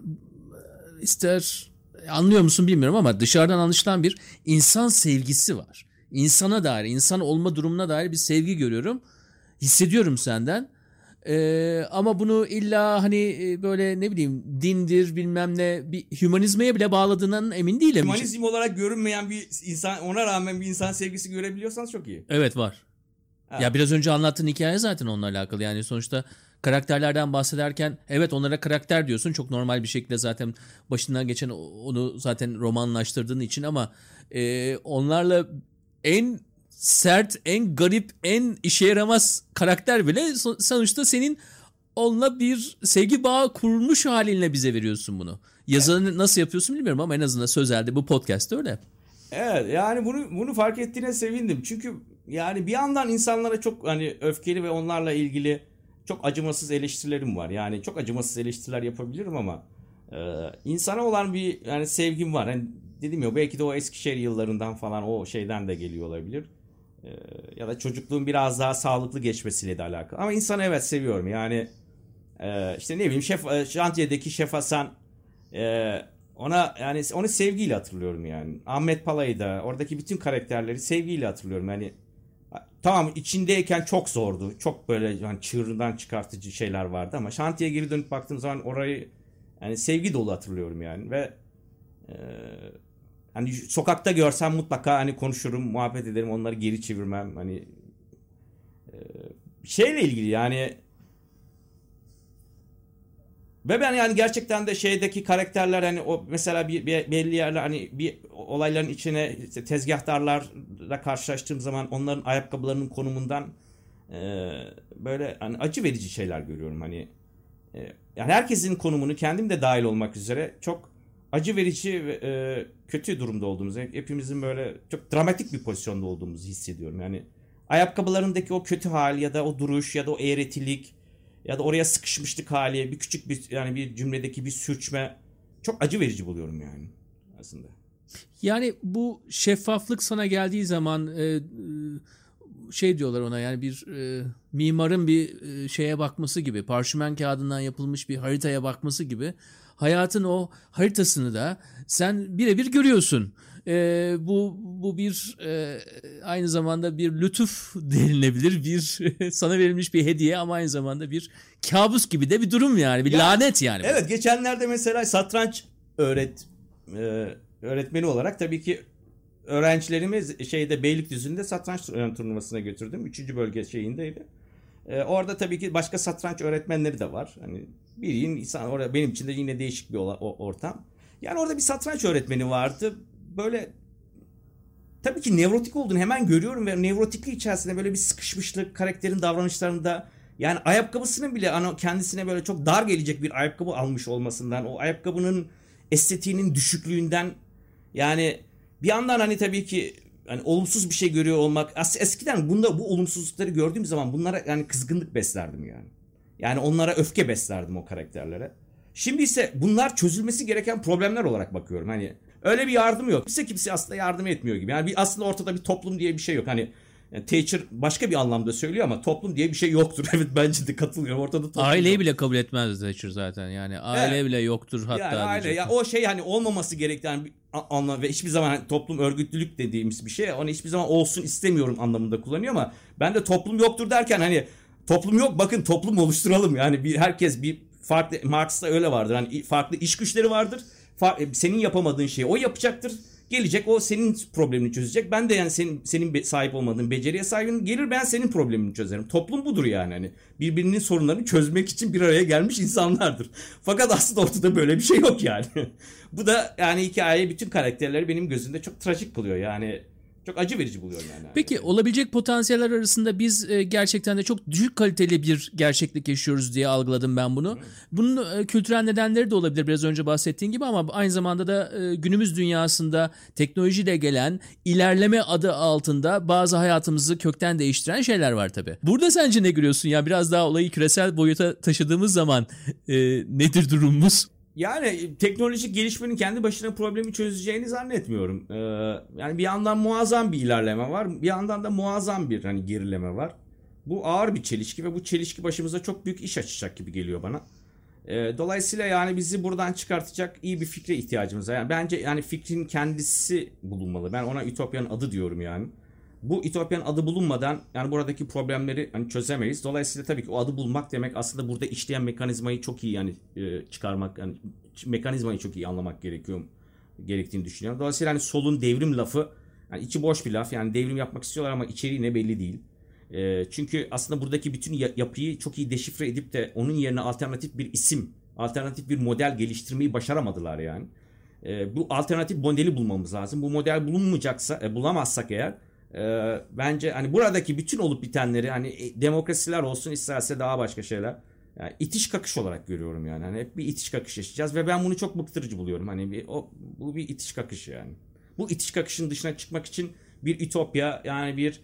ister anlıyor musun bilmiyorum ama dışarıdan anlaşılan bir insan sevgisi var. İnsana dair, insan olma durumuna dair bir sevgi görüyorum. Hissediyorum senden. Ee, ama bunu illa hani böyle ne bileyim dindir bilmem ne bir hümanizmeye bile bağladığından emin değilim. Hümanizm olarak görünmeyen bir insan, ona rağmen bir insan sevgisi görebiliyorsanız çok iyi. Evet, var. Evet. Ya biraz önce anlattığın hikaye zaten onunla alakalı. Yani sonuçta karakterlerden bahsederken evet onlara karakter diyorsun. Çok normal bir şekilde zaten başından geçen onu zaten romanlaştırdığın için ama e, onlarla en sert, en garip, en işe yaramaz karakter bile sonuçta senin onunla bir sevgi bağı kurmuş halinle bize veriyorsun bunu. Yazarını evet. Nasıl yapıyorsun bilmiyorum ama en azından sözelde bu podcast'te öyle. Evet, yani bunu bunu fark ettiğine sevindim. Çünkü yani bir yandan insanlara çok hani öfkeli ve onlarla ilgili çok acımasız eleştirilerim var. Yani çok acımasız eleştiriler yapabilirim ama e, insana olan bir yani sevgim var. Yani dedim ya, belki de o Eskişehir yıllarından falan o şeyden de geliyor olabilir. E, ya da çocukluğun biraz daha sağlıklı geçmesiyle de alakalı. Ama insanı evet seviyorum. Yani e, işte ne bileyim şef, şantiyedeki Şef Hasan, e, ona yani onu sevgiyle hatırlıyorum yani. Ahmet Palay'ı da, oradaki bütün karakterleri sevgiyle hatırlıyorum. Yani tamam, içindeyken çok zordu. Çok böyle yani çığırından çıkartıcı şeyler vardı ama şantiye geri dönüp baktığım zaman orayı yani sevgi dolu hatırlıyorum yani ve e, hani sokakta görsem mutlaka hani konuşurum, muhabbet ederim, onları geri çevirmem. Hani e, şeyle ilgili yani Ve ben yani gerçekten de şeydeki karakterler hani o mesela bir, bir belli yerler hani bir olayların içine işte tezgahtarlarla karşılaştığım zaman onların ayakkabılarının konumundan e, böyle hani acı verici şeyler görüyorum hani e, yani herkesin konumunu kendim de dahil olmak üzere çok acı verici ve e, kötü durumda olduğumuzu hepimizin böyle çok dramatik bir pozisyonda olduğumuzu hissediyorum yani ayakkabılarındaki o kötü hal ya da o duruş ya da o eğretilik ya da oraya sıkışmışlık hali, bir küçük bir yani bir cümledeki bir sürçme çok acı verici buluyorum yani aslında. Yani bu şeffaflık sana geldiği zaman e, şey diyorlar ona yani bir e, mimarın bir e, şeye bakması gibi, parşömen kağıdından yapılmış bir haritaya bakması gibi hayatın o haritasını da sen birebir görüyorsun. E, bu bu bir e, aynı zamanda bir lütuf denilebilir, bir sana verilmiş bir hediye ama aynı zamanda bir kabus gibi de bir durum yani, bir ya, lanet yani. Evet bu. Geçenlerde mesela satranç öğret e, öğretmeni olarak tabii ki öğrencilerimi şeyde Beylikdüzü'nde satranç turnuvasına götürdüm. Üçüncü bölge şeyindeydi. E, orada tabii ki başka satranç öğretmenleri de var. Hani bir insan orada benim için de yine değişik bir ortam. Yani orada bir satranç öğretmeni vardı. Böyle tabii ki nevrotik olduğunu hemen görüyorum ve nevrotikliği içerisinde böyle bir sıkışmışlık karakterin davranışlarında yani ayakkabısının bile hani kendisine böyle çok dar gelecek bir ayakkabı almış olmasından o ayakkabının estetiğinin düşüklüğünden yani bir yandan hani tabii ki hani olumsuz bir şey görüyor olmak eskiden bunda bu olumsuzlukları gördüğüm zaman bunlara yani kızgınlık beslerdim yani. Yani onlara öfke beslerdim o karakterlere. Şimdi ise bunlar çözülmesi gereken problemler olarak bakıyorum. Hani öyle bir yardım yok. Kimse kimse aslında yardım etmiyor gibi. Yani bir, aslında ortada bir toplum diye bir şey yok. Hani yani Thatcher başka bir anlamda söylüyor ama toplum diye bir şey yoktur. Evet bence de katılıyorum. Ortada toplum aileyi yok. bile kabul etmez Thatcher zaten. Yani aile evet. bile yoktur hatta. Yani aile ya o şey hani olmaması gereken bir anlam ve hiçbir zaman hani toplum örgütlülük dediğimiz bir şey. Onu hiçbir zaman olsun istemiyorum anlamında kullanıyor ama ben de toplum yoktur derken hani toplum yok bakın toplum oluşturalım. Yani bir herkes bir farklı Marx'ta öyle vardır. Hani farklı iş güçleri vardır. Senin yapamadığın şeyi o yapacaktır. Gelecek o senin problemini çözecek. Ben de yani senin senin sahip olmadığın beceriye sahibim. Gelir ben senin problemini çözerim. Toplum budur yani. Hani birbirinin sorunlarını çözmek için bir araya gelmiş insanlardır. Fakat aslında ortada böyle bir şey yok yani. Bu da yani hikaye bütün karakterleri benim gözümde çok trajik kılıyor. Yani çok acı verici buluyorum yani. Peki olabilecek potansiyeller arasında biz e, gerçekten de çok düşük kaliteli bir gerçeklik yaşıyoruz diye algıladım ben bunu. Hmm. Bunun e, kültürel nedenleri de olabilir biraz önce bahsettiğin gibi ama aynı zamanda da e, günümüz dünyasında teknolojiyle gelen ilerleme adı altında bazı hayatımızı kökten değiştiren şeyler var tabii. Burada sence ne görüyorsun ya biraz daha olayı küresel boyuta taşıdığımız zaman e, nedir durumumuz? Yani teknolojik gelişmenin kendi başına problemi çözeceğini zannetmiyorum. Ee, yani bir yandan muazzam bir ilerleme var, bir yandan da muazzam bir hani gerileme var. Bu ağır bir çelişki ve bu çelişki başımıza çok büyük iş açacak gibi geliyor bana. Ee, dolayısıyla yani bizi buradan çıkartacak iyi bir fikre ihtiyacımız var. Yani bence yani fikrin kendisi bulunmalı. Ben ona Ütopya'nın adı diyorum yani. Bu Ütopya'nın adı bulunmadan yani buradaki problemleri hani çözemeyiz. Dolayısıyla tabii ki o adı bulmak demek aslında burada işleyen mekanizmayı çok iyi yani e, çıkarmak yani mekanizmayı çok iyi anlamak gerekiyor gerektiğini düşünüyorum. Dolayısıyla hani solun devrim lafı yani içi boş bir laf. Yani devrim yapmak istiyorlar ama içeriği ne belli değil. E, çünkü aslında buradaki bütün yapıyı çok iyi deşifre edip de onun yerine alternatif bir isim, alternatif bir model geliştirmeyi başaramadılar yani. E, bu alternatif modeli bulmamız lazım. Bu model bulunmayacaksa, e, bulamazsak eğer Ee, bence hani buradaki bütün olup bitenleri hani demokrasiler olsun isterse daha başka şeyler yani itiş kakış olarak görüyorum yani hani hep bir itiş kakış yaşayacağız ve ben bunu çok bıktırıcı buluyorum hani bir o bu bir itiş kakış yani bu itiş kakışın dışına çıkmak için bir ütopya yani bir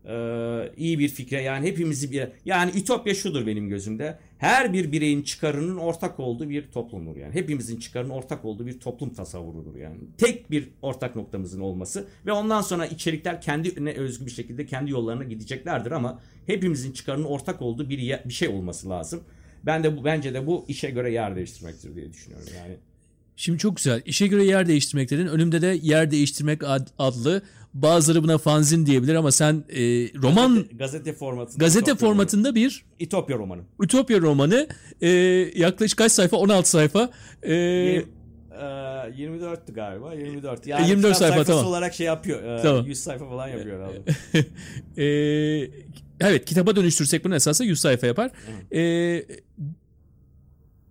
e, iyi bir fikre yani hepimizi bir yani ütopya şudur benim gözümde her bir bireyin çıkarının ortak olduğu bir toplumdur yani hepimizin çıkarının ortak olduğu bir toplum tasavvurudur yani tek bir ortak noktamızın olması ve ondan sonra içerikler kendine özgü bir şekilde kendi yollarına gideceklerdir ama hepimizin çıkarının ortak olduğu bir bir şey olması lazım. Ben de bu bence de bu işe göre yer değiştirmektir diye düşünüyorum yani. Şimdi çok güzel. İşe göre yer değiştirmek dedin. Önümde de Yer Değiştirmek adlı bazıları buna fanzin diyebilir ama sen e, roman gazete, gazete formatında gazete formatında romanı. Bir Ütopya romanı. Ütopya romanı e, yaklaşık kaç sayfa? on altı sayfa. E, yirmi dörttü galiba. yirmi dört. Yani yirmi dört sayfa tamam. olarak şey yapıyor. E, tamam. yüz sayfa falan yapıyor abi. e, evet, kitaba dönüştürsek bunu esasında yüz sayfa yapar. E,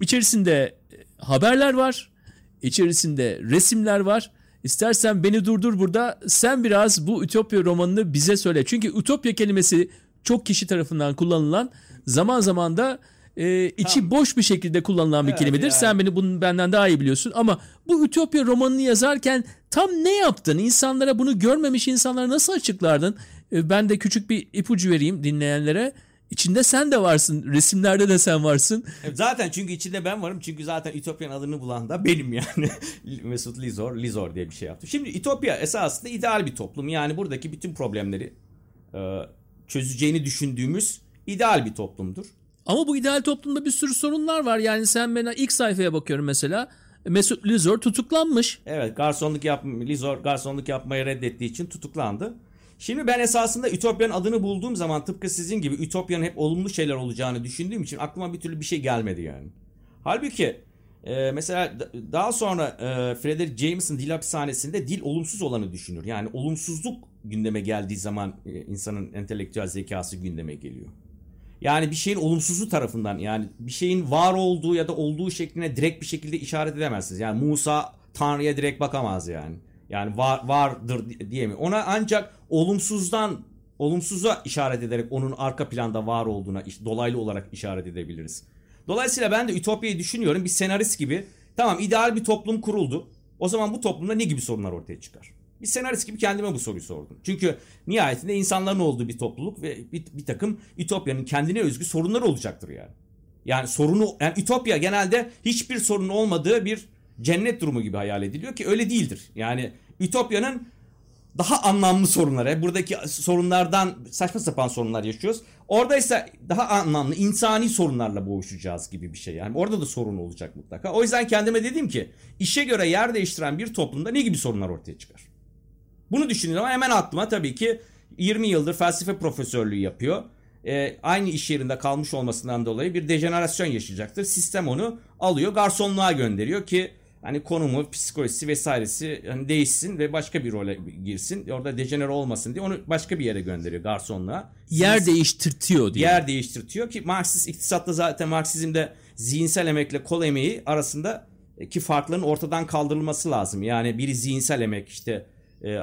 İçerisinde haberler var, içerisinde resimler var. İstersen beni durdur burada, sen biraz bu Ütopya romanını bize söyle. Çünkü Ütopya kelimesi çok kişi tarafından kullanılan, zaman zaman da e, içi tamam. boş bir şekilde kullanılan bir evet, kelimedir. Yani. Sen beni bunu benden daha iyi biliyorsun ama bu Ütopya romanını yazarken tam ne yaptın? İnsanlara, bunu görmemiş insanlara nasıl açıklardın? E, ben de küçük bir ipucu vereyim dinleyenlere. İçinde sen de varsın. Resimlerde de sen varsın. Zaten çünkü içinde ben varım. Çünkü zaten Ütopya'nın adını bulan da benim yani. Mesut Lizor, Lizor diye bir şey yaptım. Şimdi Ütopya esasında ideal bir toplum. Yani buradaki bütün problemleri e, çözeceğini düşündüğümüz ideal bir toplumdur. Ama bu ideal toplumda bir sürü sorunlar var. Yani sen bana ilk sayfaya bakıyorum mesela. Mesut Lizor tutuklanmış. Evet, garsonluk yap Lizor garsonluk yapmayı reddettiği için tutuklandı. Şimdi ben esasında Ütopya'nın adını bulduğum zaman tıpkı sizin gibi Ütopya'nın hep olumlu şeyler olacağını düşündüğüm için aklıma bir türlü bir şey gelmedi yani. Halbuki e, mesela daha sonra e, Frederick Jameson dil hapishanesinde dil olumsuz olanı düşünür. Yani olumsuzluk gündeme geldiği zaman e, insanın entelektüel zekası gündeme geliyor. Yani bir şeyin olumsuzluğu tarafından, yani bir şeyin var olduğu ya da olduğu şekline direkt bir şekilde işaret edemezsiniz. Yani Musa Tanrı'ya direkt bakamaz yani. Yani var, vardır diyemiyor. Ona ancak olumsuzdan olumsuza işaret ederek onun arka planda var olduğuna dolaylı olarak işaret edebiliriz. Dolayısıyla ben de Ütopya'yı düşünüyorum. Bir senarist gibi. Tamam, ideal bir toplum kuruldu. O zaman bu toplumda ne gibi sorunlar ortaya çıkar? Bir senarist gibi kendime bu soruyu sordum. Çünkü nihayetinde insanların olduğu bir topluluk ve bir, bir takım Ütopya'nın kendine özgü sorunları olacaktır yani. Yani sorunu, yani Ütopya genelde hiçbir sorun olmadığı bir cennet durumu gibi hayal ediliyor ki öyle değildir. Yani Ütopya'nın daha anlamlı sorunları, buradaki sorunlardan saçma sapan sorunlar yaşıyoruz. Orada ise daha anlamlı insani sorunlarla boğuşacağız gibi bir şey. Yani orada da sorun olacak mutlaka. O yüzden kendime dedim ki işe göre yer değiştiren bir toplumda ne gibi sorunlar ortaya çıkar? Bunu düşünüyorum ama hemen aklıma tabii ki yirmi yıldır felsefe profesörlüğü yapıyor. Ee, aynı iş yerinde kalmış olmasından dolayı bir dejenerasyon yaşayacaktır. Sistem onu alıyor, garsonluğa gönderiyor ki hani konumu, psikolojisi vesairesi hani değişsin ve başka bir role girsin. Orada dejenere olmasın diye onu başka bir yere gönderiyor, garsonluğa. Yer Siz, değiştirtiyor diye. Yer değiştirtiyor ki Marksist iktisatta zaten Marksizmde zihinsel emekle kol emeği arasındaki farkların ortadan kaldırılması lazım. Yani biri zihinsel emek, işte e,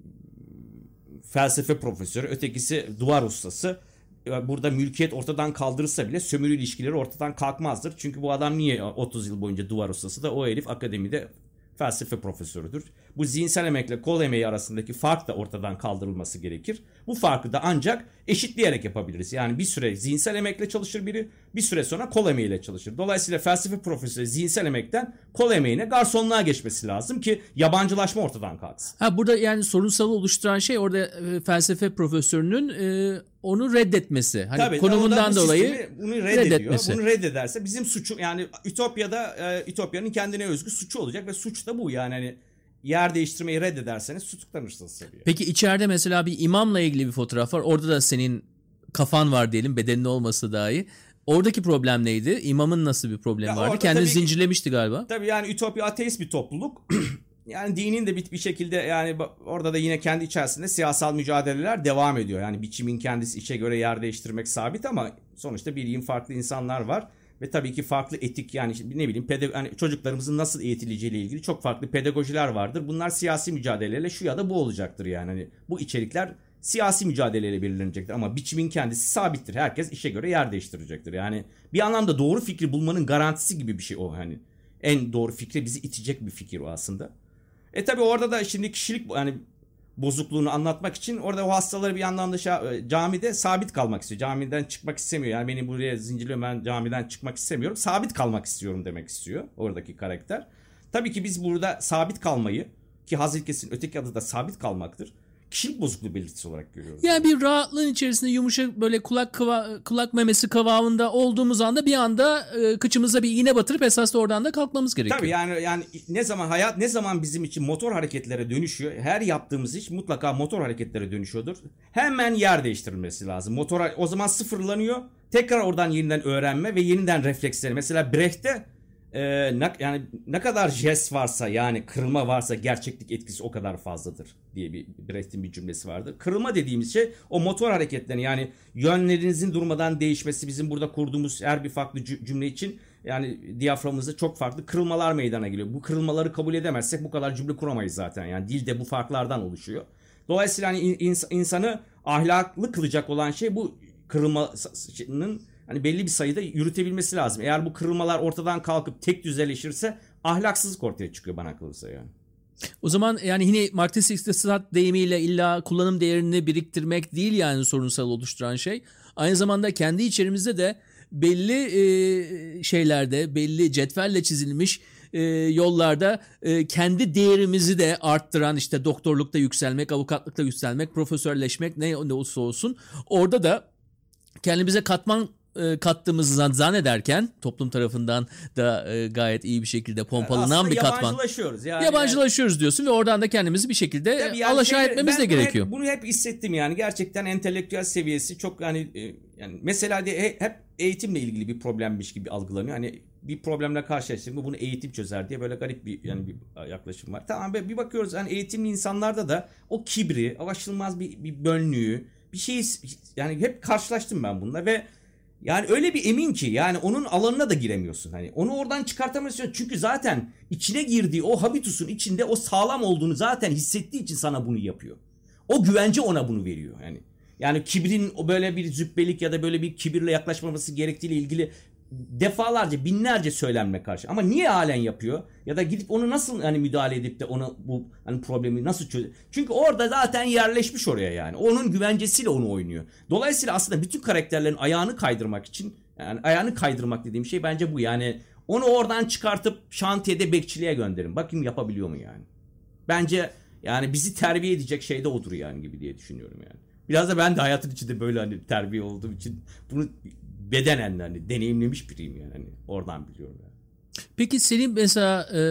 felsefe profesörü, ötekisi duvar ustası. Burada mülkiyet ortadan kaldırılsa bile sömürü ilişkileri ortadan kalkmazdır. Çünkü bu adam niye otuz yıl boyunca duvar ustası da o herif akademide felsefe profesörüdür. Bu zihinsel emekle kol emeği arasındaki fark da ortadan kaldırılması gerekir. Bu farkı da ancak eşitleyerek yapabiliriz. Yani bir süre zihinsel emekle çalışır biri, bir süre sonra kol emeğiyle çalışır. Dolayısıyla felsefe profesörü zihinsel emekten kol emeğine, garsonluğa geçmesi lazım ki yabancılaşma ortadan kalksın. Ha, burada yani sorunsalı oluşturan şey orada e, felsefe profesörünün e, onu reddetmesi. Hani tabii, konumundan dolayı bunu reddetmesi. Bunu reddederse bizim suçu, yani Ütopya'da e, Ütopya'nın kendine özgü suçu olacak ve suç da bu yani hani yer değiştirmeyi reddederseniz tutuklanırsınız tabii. Peki içeride mesela bir imamla ilgili bir fotoğraf var. Orada da senin kafan var diyelim, bedenin olması dahi. Oradaki problem neydi? İmamın nasıl bir problemi ya vardı? Kendini zincirlemişti galiba. Tabii yani Ütopya ateist bir topluluk. Yani dinin de bir, bir şekilde yani orada da yine kendi içerisinde siyasal mücadeleler devam ediyor. Yani biçimin kendisi işe göre yer değiştirmek sabit ama sonuçta bir yığın farklı insanlar var. Ve tabii ki farklı etik, yani ne bileyim pedag- yani çocuklarımızın nasıl eğitileceğiyle ilgili çok farklı pedagojiler vardır. Bunlar siyasi mücadeleyle şu ya da bu olacaktır yani. Hani bu içerikler siyasi mücadeleyle belirlenecektir ama biçimin kendisi sabittir. Herkes işe göre yer değiştirecektir. Yani bir anlamda doğru fikri bulmanın garantisi gibi bir şey o hani. En doğru fikre bizi itecek bir fikir o aslında. E tabii orada da şimdi kişilik yani bozukluğunu anlatmak için orada o hastaları bir anlamda şa- camide sabit kalmak istiyor. Camiden çıkmak istemiyor. Yani beni buraya zincirliyor, ben camiden çıkmak istemiyorum. Sabit kalmak istiyorum demek istiyor oradaki karakter. Tabii ki biz burada sabit kalmayı, ki haz ilkesinin öteki adı da sabit kalmaktır, kişilik bozukluğu belirtisi olarak görüyoruz. Yani bir rahatlığın içerisinde yumuşak böyle kulak kıva, kulak memesi kıvamında olduğumuz anda bir anda e, kıçımıza bir iğne batırıp esas da oradan da kalkmamız gerekiyor. Tabii yani yani ne zaman hayat ne zaman bizim için motor hareketlere dönüşüyor. Her yaptığımız iş mutlaka motor hareketlere dönüşüyordur. Hemen yer değiştirilmesi lazım. Motor o zaman sıfırlanıyor. Tekrar oradan yeniden öğrenme ve yeniden refleksleri. Mesela Brecht'te Ee, ne, yani ne kadar jest varsa, yani kırılma varsa gerçeklik etkisi o kadar fazladır diye bir Brecht'in bir cümlesi vardır. Kırılma dediğimiz şey o motor hareketlerini, yani yönlerinizin durmadan değişmesi, bizim burada kurduğumuz her bir farklı cümle için yani diyaframımızda çok farklı kırılmalar meydana geliyor. Bu kırılmaları kabul edemezsek bu kadar cümle kuramayız zaten. Yani dilde bu farklardan oluşuyor. Dolayısıyla hani ins- insanı ahlaklı kılacak olan şey bu kırılmanın hani belli bir sayıda yürütebilmesi lazım. Eğer bu kırılmalar ortadan kalkıp tek düzeleşirse ahlaksızlık ortaya çıkıyor bana kalırsa yani. O zaman yani yine Marksist iktisat deyimiyle illa kullanım değerini biriktirmek değil yani sorunsal oluşturan şey. Aynı zamanda kendi içerimizde de belli e, şeylerde, belli cetvelle çizilmiş e, yollarda e, kendi değerimizi de arttıran, işte doktorlukta yükselmek, avukatlıkta yükselmek, profesörleşmek, ne olursa olsun orada da kendimize katman e, kattığımızı zannederken toplum tarafından da e, gayet iyi bir şekilde pompalanan Aslında bir katman. yabancılaşıyoruz. Yani, Yabancılaşıyoruz diyorsun ve oradan da kendimizi bir şekilde yani alaşağı şey, etmemiz de bunu gerekiyor. Hep, bunu hep hissettim yani gerçekten entelektüel seviyesi çok hani yani mesela de hep eğitimle ilgili bir problemmiş gibi algılanıyor. Hani bir problemle karşılaştığımda bunu eğitim çözer diye böyle garip bir yani bir yaklaşım var. Tamam bir bakıyoruz hani eğitimli insanlarda da o kibri, aşılmaz bir, bir bönlüğü, bir şey yani hep karşılaştım ben bununla ve yani öyle bir emin ki yani onun alanına da giremiyorsun. Hani onu oradan çıkartamıyorsun. Çünkü zaten içine girdiği o habitusun içinde o sağlam olduğunu zaten hissettiği için sana bunu yapıyor. O güvence ona bunu veriyor yani. Yani kibrin o böyle bir zübbelik ya da böyle bir kibirle yaklaşmaması gerektiğiyle ilgili defalarca binlerce söylenme karşı. Ama niye halen yapıyor? Ya da gidip onu nasıl hani müdahale edip de ona bu hani problemi nasıl çöz? Çünkü orada zaten yerleşmiş oraya yani. Onun güvencesiyle onu oynuyor. Dolayısıyla aslında bütün karakterlerin ayağını kaydırmak için yani ayağını kaydırmak dediğim şey bence bu. Yani onu oradan çıkartıp şantiyede bekçiliğe gönderin. Bakayım yapabiliyor mu yani? Bence yani bizi terbiye edecek şey de odur yani gibi diye düşünüyorum yani. Biraz da ben de hayatın içinde böyle hani terbiye olduğum için bunu bedenen hani deneyimlemiş biriyim yani. Hani oradan biliyorum yani. Peki senin mesela e,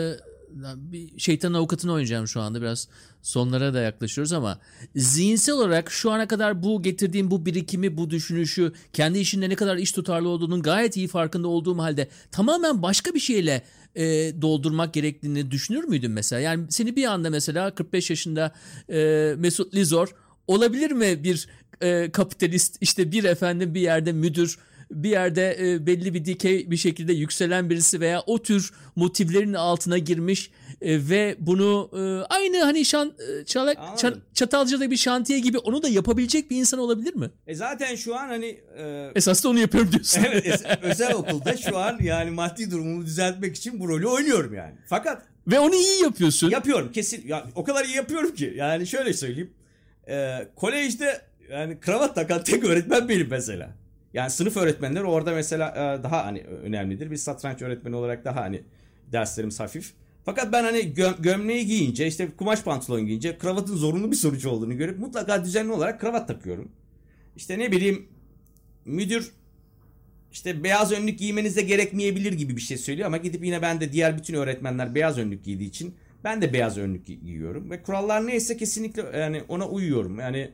bir şeytan avukatını oynayacağım şu anda, biraz sonlara da yaklaşıyoruz ama zihinsel olarak şu ana kadar bu getirdiğim bu birikimi, bu düşünüşü, kendi işinde ne kadar iş tutarlı olduğunun gayet iyi farkında olduğum halde tamamen başka bir şeyle e, doldurmak gerektiğini düşünür müydün mesela? Yani seni bir anda mesela kırk beş yaşında e, Mesut Lizor olabilir mi bir e, kapitalist, işte bir efendim bir yerde müdür, bir yerde e, belli bir dikey bir şekilde yükselen birisi veya o tür motivlerin altına girmiş e, ve bunu e, aynı hani şan, e, çalak, ça, Çatalca'da bir şantiye gibi onu da yapabilecek bir insan olabilir mi? E zaten şu an hani e, esas da onu yapıyorum diyorsun. Evet, özel okulda şu an yani maddi durumumu düzeltmek için bu rolü oynuyorum yani. Fakat ve onu iyi yapıyorsun. Yapıyorum kesin. Ya, o kadar iyi yapıyorum ki. Yani şöyle söyleyeyim. E, kolejde yani kravat takan tek öğretmen benim mesela. Yani sınıf öğretmenleri orada mesela daha hani önemlidir. Bir satranç öğretmeni olarak daha hani derslerimiz hafif. Fakat ben hani gö- gömleği giyince, işte kumaş pantolon giyince kravatın zorunlu bir sonuç olduğunu görüp mutlaka düzenli olarak kravat takıyorum. İşte ne bileyim müdür işte beyaz önlük giymenize gerekmeyebilir gibi bir şey söylüyor ama gidip yine ben de diğer bütün öğretmenler beyaz önlük giydiği için ben de beyaz önlük giyiyorum ve kurallar neyse kesinlikle yani ona uyuyorum. Yani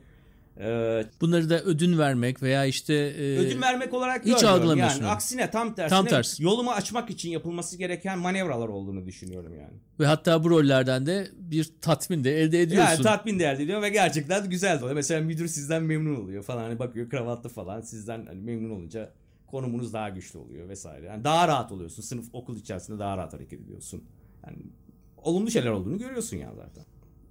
bunları da ödün vermek veya işte e, ödün vermek olarak hiç algılamıyorsun. Yani aksine tam tersine tam tersi. Yolumu açmak için yapılması gereken manevralar olduğunu düşünüyorum yani. Ve hatta bu rollerden de bir tatmin de elde ediyorsun. Yani tatmin de elde ediyor ve gerçekten güzel oluyor. Mesela müdür sizden memnun oluyor falan, hani bakıyor kravatlı falan, sizden hani memnun olunca konumunuz daha güçlü oluyor vesaire. Yani daha rahat oluyorsun. Sınıf okul içerisinde daha rahat hareket ediyorsun. Yani olumlu şeyler olduğunu görüyorsun ya zaten.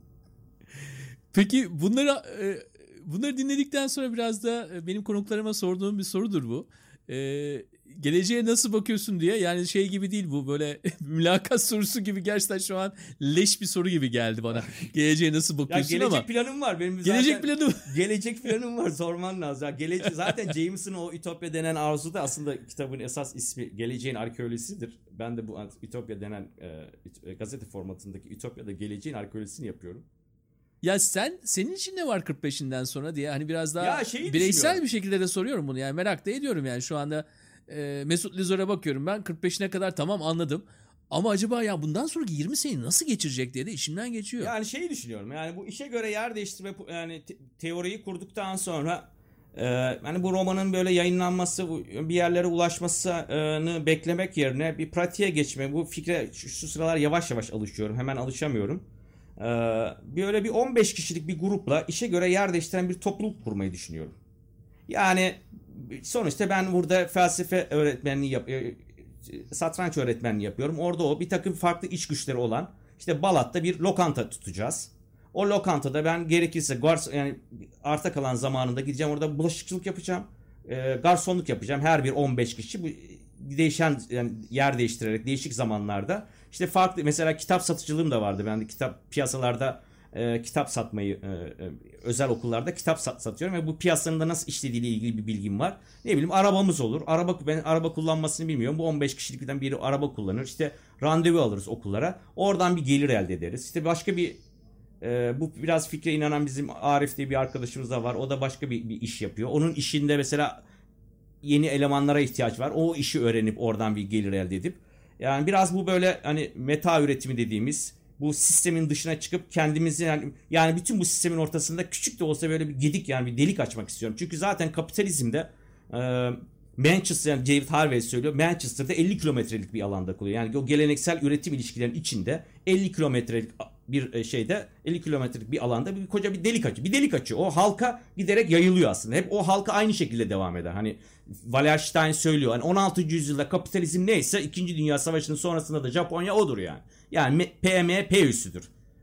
Peki bunları e, bunları dinledikten sonra biraz da benim konuklarıma sorduğum bir sorudur bu. Ee, geleceğe nasıl bakıyorsun diye. Yani şey gibi değil bu, böyle mülakat sorusu gibi, gerçekten şu an leş bir soru gibi geldi bana. Geleceğe nasıl bakıyorsun ya gelecek ama. planım var benim zaten. Gelecek planım. Gelecek planım var, sorman lazım. Ya gelecek zaten James'in o Ütopya denen arzusu da aslında kitabın esas ismi Geleceğin Arkeolojisidir. Ben de bu Ütopya denen e, gazete formatındaki Ütopya'da geleceğin arkeolojisini yapıyorum. Ya sen, senin için ne var kırk beşinden sonra diye hani biraz daha bireysel bir şekilde de soruyorum bunu. Yani merak da ediyorum yani şu anda e, Mesut Lizor'a bakıyorum ben, kırk beşine kadar tamam anladım. Ama acaba ya bundan sonraki yirmi seneyi nasıl geçirecek diye de içimden geçiyor. Yani şeyi düşünüyorum, yani bu işe göre yer değiştirme yani te- teoriyi kurduktan sonra e, hani bu romanın böyle yayınlanması, bir yerlere ulaşmasını beklemek yerine bir pratiğe geçme, bu fikre şu, şu sıralar yavaş yavaş alışıyorum, hemen alışamıyorum. Böyle bir on beş kişilik bir grupla işe göre yer değiştiren bir topluluk kurmayı düşünüyorum. Yani sonuçta ben burada felsefe öğretmenliği yap satranç öğretmenliği yapıyorum. Orada o bir takım farklı iş güçleri olan işte Balat'ta bir lokanta tutacağız. O lokantada ben gerekirse gars yani arta kalan zamanında gideceğim, orada bulaşıkçılık yapacağım. E, garsonluk yapacağım. Her bir on beş kişi bu değişen yani yer değiştirerek değişik zamanlarda işte farklı, mesela kitap satıcılığım da vardı. Ben de kitap piyasalarda e, kitap satmayı e, e, özel okullarda kitap sat, satıyorum ve bu piyasanın da nasıl işlediğiyle ilgili bir bilgim var. Ne bileyim, arabamız olur. Araba ben araba kullanmasını bilmiyorum. Bu on beş kişilikten biri araba kullanır. İşte randevu alırız okullara. Oradan bir gelir elde ederiz. İşte başka bir e, bu biraz fikre inanan bizim Arif diye bir arkadaşımız da var. O da başka bir, bir iş yapıyor. Onun işinde mesela yeni elemanlara ihtiyaç var. O işi öğrenip oradan bir gelir elde edip, yani biraz bu böyle hani meta üretimi dediğimiz, bu sistemin dışına çıkıp kendimizi yani, yani bütün bu sistemin ortasında küçük de olsa böyle bir gedik, yani bir delik açmak istiyorum. Çünkü zaten kapitalizmde e, Manchester, yani David Harvey söylüyor, Manchester'da elli kilometrelik bir alanda kalıyor. Yani o geleneksel üretim ilişkilerinin içinde elli kilometrelik bir şeyde, elli kilometrelik bir alanda bir koca bir delik açıyor. Bir delik açıyor. O halka giderek yayılıyor aslında. Hep o halka aynı şekilde devam eder. Hani Wallerstein söylüyor. Hani on altıncı yüzyılda kapitalizm neyse İkinci Dünya Savaşı'nın sonrasında da Japonya odur yani. Yani P M P üssüdür.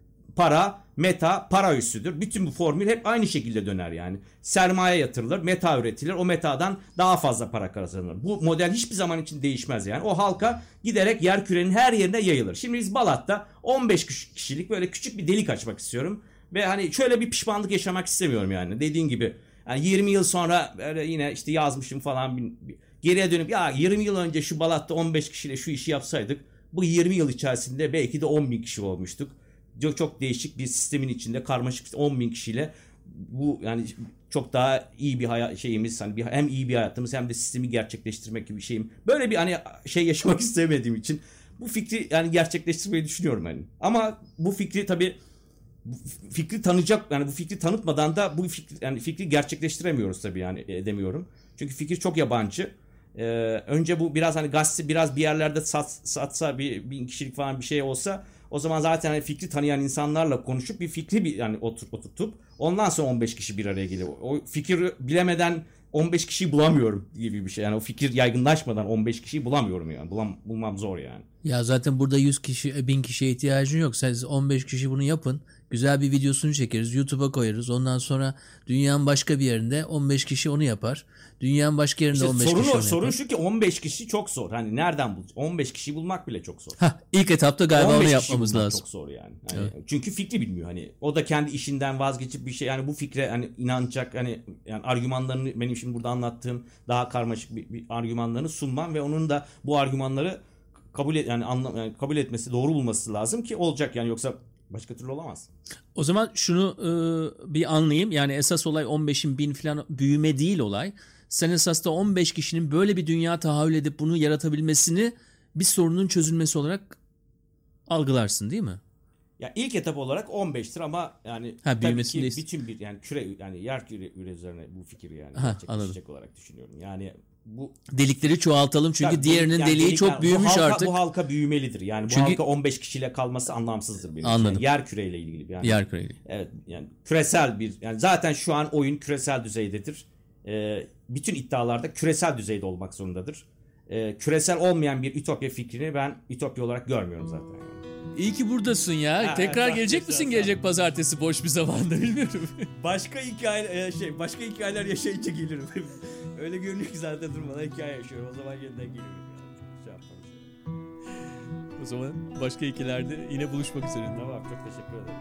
Para, meta, para üssüdür. Bütün bu formül hep aynı şekilde döner yani. Sermaye yatırılır, meta üretilir. O metadan daha fazla para kazanılır. Bu model hiçbir zaman için değişmez yani. O halka giderek yerkürenin her yerine yayılır. Şimdi biz Balat'ta on beş kişilik böyle küçük bir delik açmak istiyorum. Ve hani şöyle bir pişmanlık yaşamak istemiyorum yani. Dediğin gibi yani yirmi yıl sonra böyle yine işte yazmışım falan, bir, bir, geriye dönüp ya yirmi yıl önce şu Balat'ta on beş kişiyle şu işi yapsaydık, bu yirmi yıl içerisinde belki de on bin kişi olmuştuk. Çok, çok değişik bir sistemin içinde karmaşık on bin kişiyle bu yani çok daha iyi bir hayat şeyimiz, hani bir, hem iyi bir hayatımız hem de sistemi gerçekleştirmek gibi bir şeyim. Böyle bir hani şey yaşamak istemediğim için bu fikri yani gerçekleştirmeyi düşünüyorum hani. Ama bu fikri tabii bu fikri tanıyacak, yani bu fikri tanıtmadan da bu fikri yani fikri gerçekleştiremiyoruz tabii, yani edemiyorum. Çünkü fikir çok yabancı. Ee, önce bu biraz hani gazete biraz bir yerlerde sat, satsa bir bin kişilik falan bir şey olsa, o zaman zaten hani fikri tanıyan insanlarla konuşup bir fikri bir yani otur, oturtup ondan sonra on beş kişi bir araya geliyor. O fikri bilemeden on beş kişiyi bulamıyorum gibi bir şey. Yani o fikir yaygınlaşmadan on beş kişiyi bulamıyorum yani. Bulam, bulmam zor yani. Ya zaten burada yüz kişi, bin kişiye ihtiyacın yok. Siz on beş kişi bunu yapın. Güzel bir videosunu çekeriz. YouTube'a koyarız. Ondan sonra dünyanın başka bir yerinde on beş kişi onu yapar. Dünyanın başka yerinde işte on beş sorun kişi o, onu sorun yapar. şu ki on beş kişi çok zor. Hani nereden bulacağız? on beş kişi bulmak bile çok zor. Hah, ilk etapta galiba onu yapmamız lazım. Çok zor yani. yani evet. Çünkü fikri bilmiyor hani. O da kendi işinden vazgeçip bir şey, yani bu fikre hani inanacak, hani yani argümanlarını, benim şimdi burada anlattığım daha karmaşık bir, bir argümanlarını sunmam ve onun da bu argümanları kabul et, yani, anla, yani kabul etmesi, doğru bulması lazım ki olacak yani, yoksa başka türlü olamaz. O zaman şunu e, bir anlayayım. Yani esas olay on beşin bin falan büyüme değil olay. Sen esas da on beş kişinin böyle bir dünya tahayyül edip bunu yaratabilmesini bir sorunun çözülmesi olarak algılarsın değil mi? Ya ilk etap olarak on beştir ama yani ha, tabii ki değil. bütün bir yani küre yani yer küre, küre üzerine bu fikir yani ha, gerçekleşecek olarak düşünüyorum. Yani bu delikleri çoğaltalım çünkü tabii, diğerinin yani deliği delik, çok yani büyümüş bu halka, artık. Bu halka büyümelidir. Yani bu çünkü, halka on beş kişiyle kalması anlamsızdır benim için. Yani yer küreyle ilgili yani. Yer küreyle. Evet yani küresel bir, yani zaten şu an oyun küresel düzeydedir. Ee, bütün iddialarda küresel düzeyde olmak zorundadır. Ee, küresel olmayan bir ütopya fikrini ben ütopya olarak görmüyorum zaten. Yani. İyi ki buradasın ya. Ha, Tekrar evet, gelecek misin gelecek pazartesi boş bir zamanda, bilmiyorum. Başka hikaye şey başka hikayeler yaşayınca gelirim. Öyle görünüyor ki zaten durmadan hikaye yaşıyorum. O zaman yeniden gelirim. Yani. Şey yaparız. O zaman başka hikayelerde yine buluşmak üzere. Tamam, çok teşekkür ederim.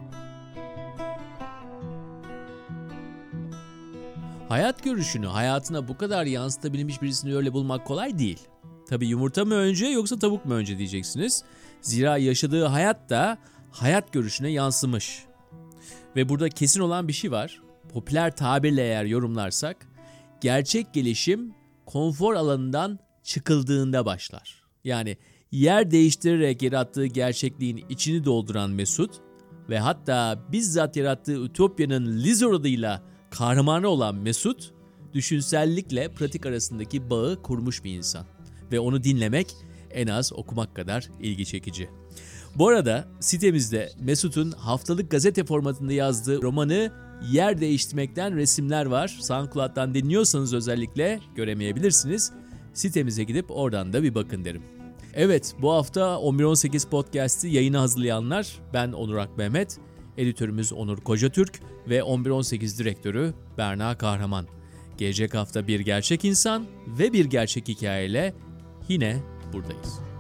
Hayat görüşünü hayatına bu kadar yansıtabilmiş birisini öyle bulmak kolay değil. Tabii yumurta mı önce yoksa tavuk mu önce diyeceksiniz. Zira yaşadığı hayat da hayat görüşüne yansımış. Ve burada kesin olan bir şey var. Popüler tabirle eğer yorumlarsak, gerçek gelişim konfor alanından çıkıldığında başlar. Yani yer değiştirerek yarattığı gerçekliğin içini dolduran Mesut ve hatta bizzat yarattığı Ütopya'nın Lizor adıyla kahramanı olan Mesut, düşünsellikle pratik arasındaki bağı kurmuş bir insan. Ve onu dinlemek en az okumak kadar ilgi çekici. Bu arada sitemizde Mesut'un haftalık gazete formatında yazdığı romanı Yer Değiştirmekten resimler var. SoundCloud'dan dinliyorsanız özellikle göremeyebilirsiniz. sitemize gidip oradan da bir bakın derim. Evet, bu hafta on bir on sekiz Podcast'i yayına hazırlayanlar ben Onur Akmehmet, editörümüz Onur Kocatürk ve on bir on sekiz direktörü Berna Kahraman. Gelecek hafta bir gerçek insan ve bir gerçek hikayeyle yine buradayız.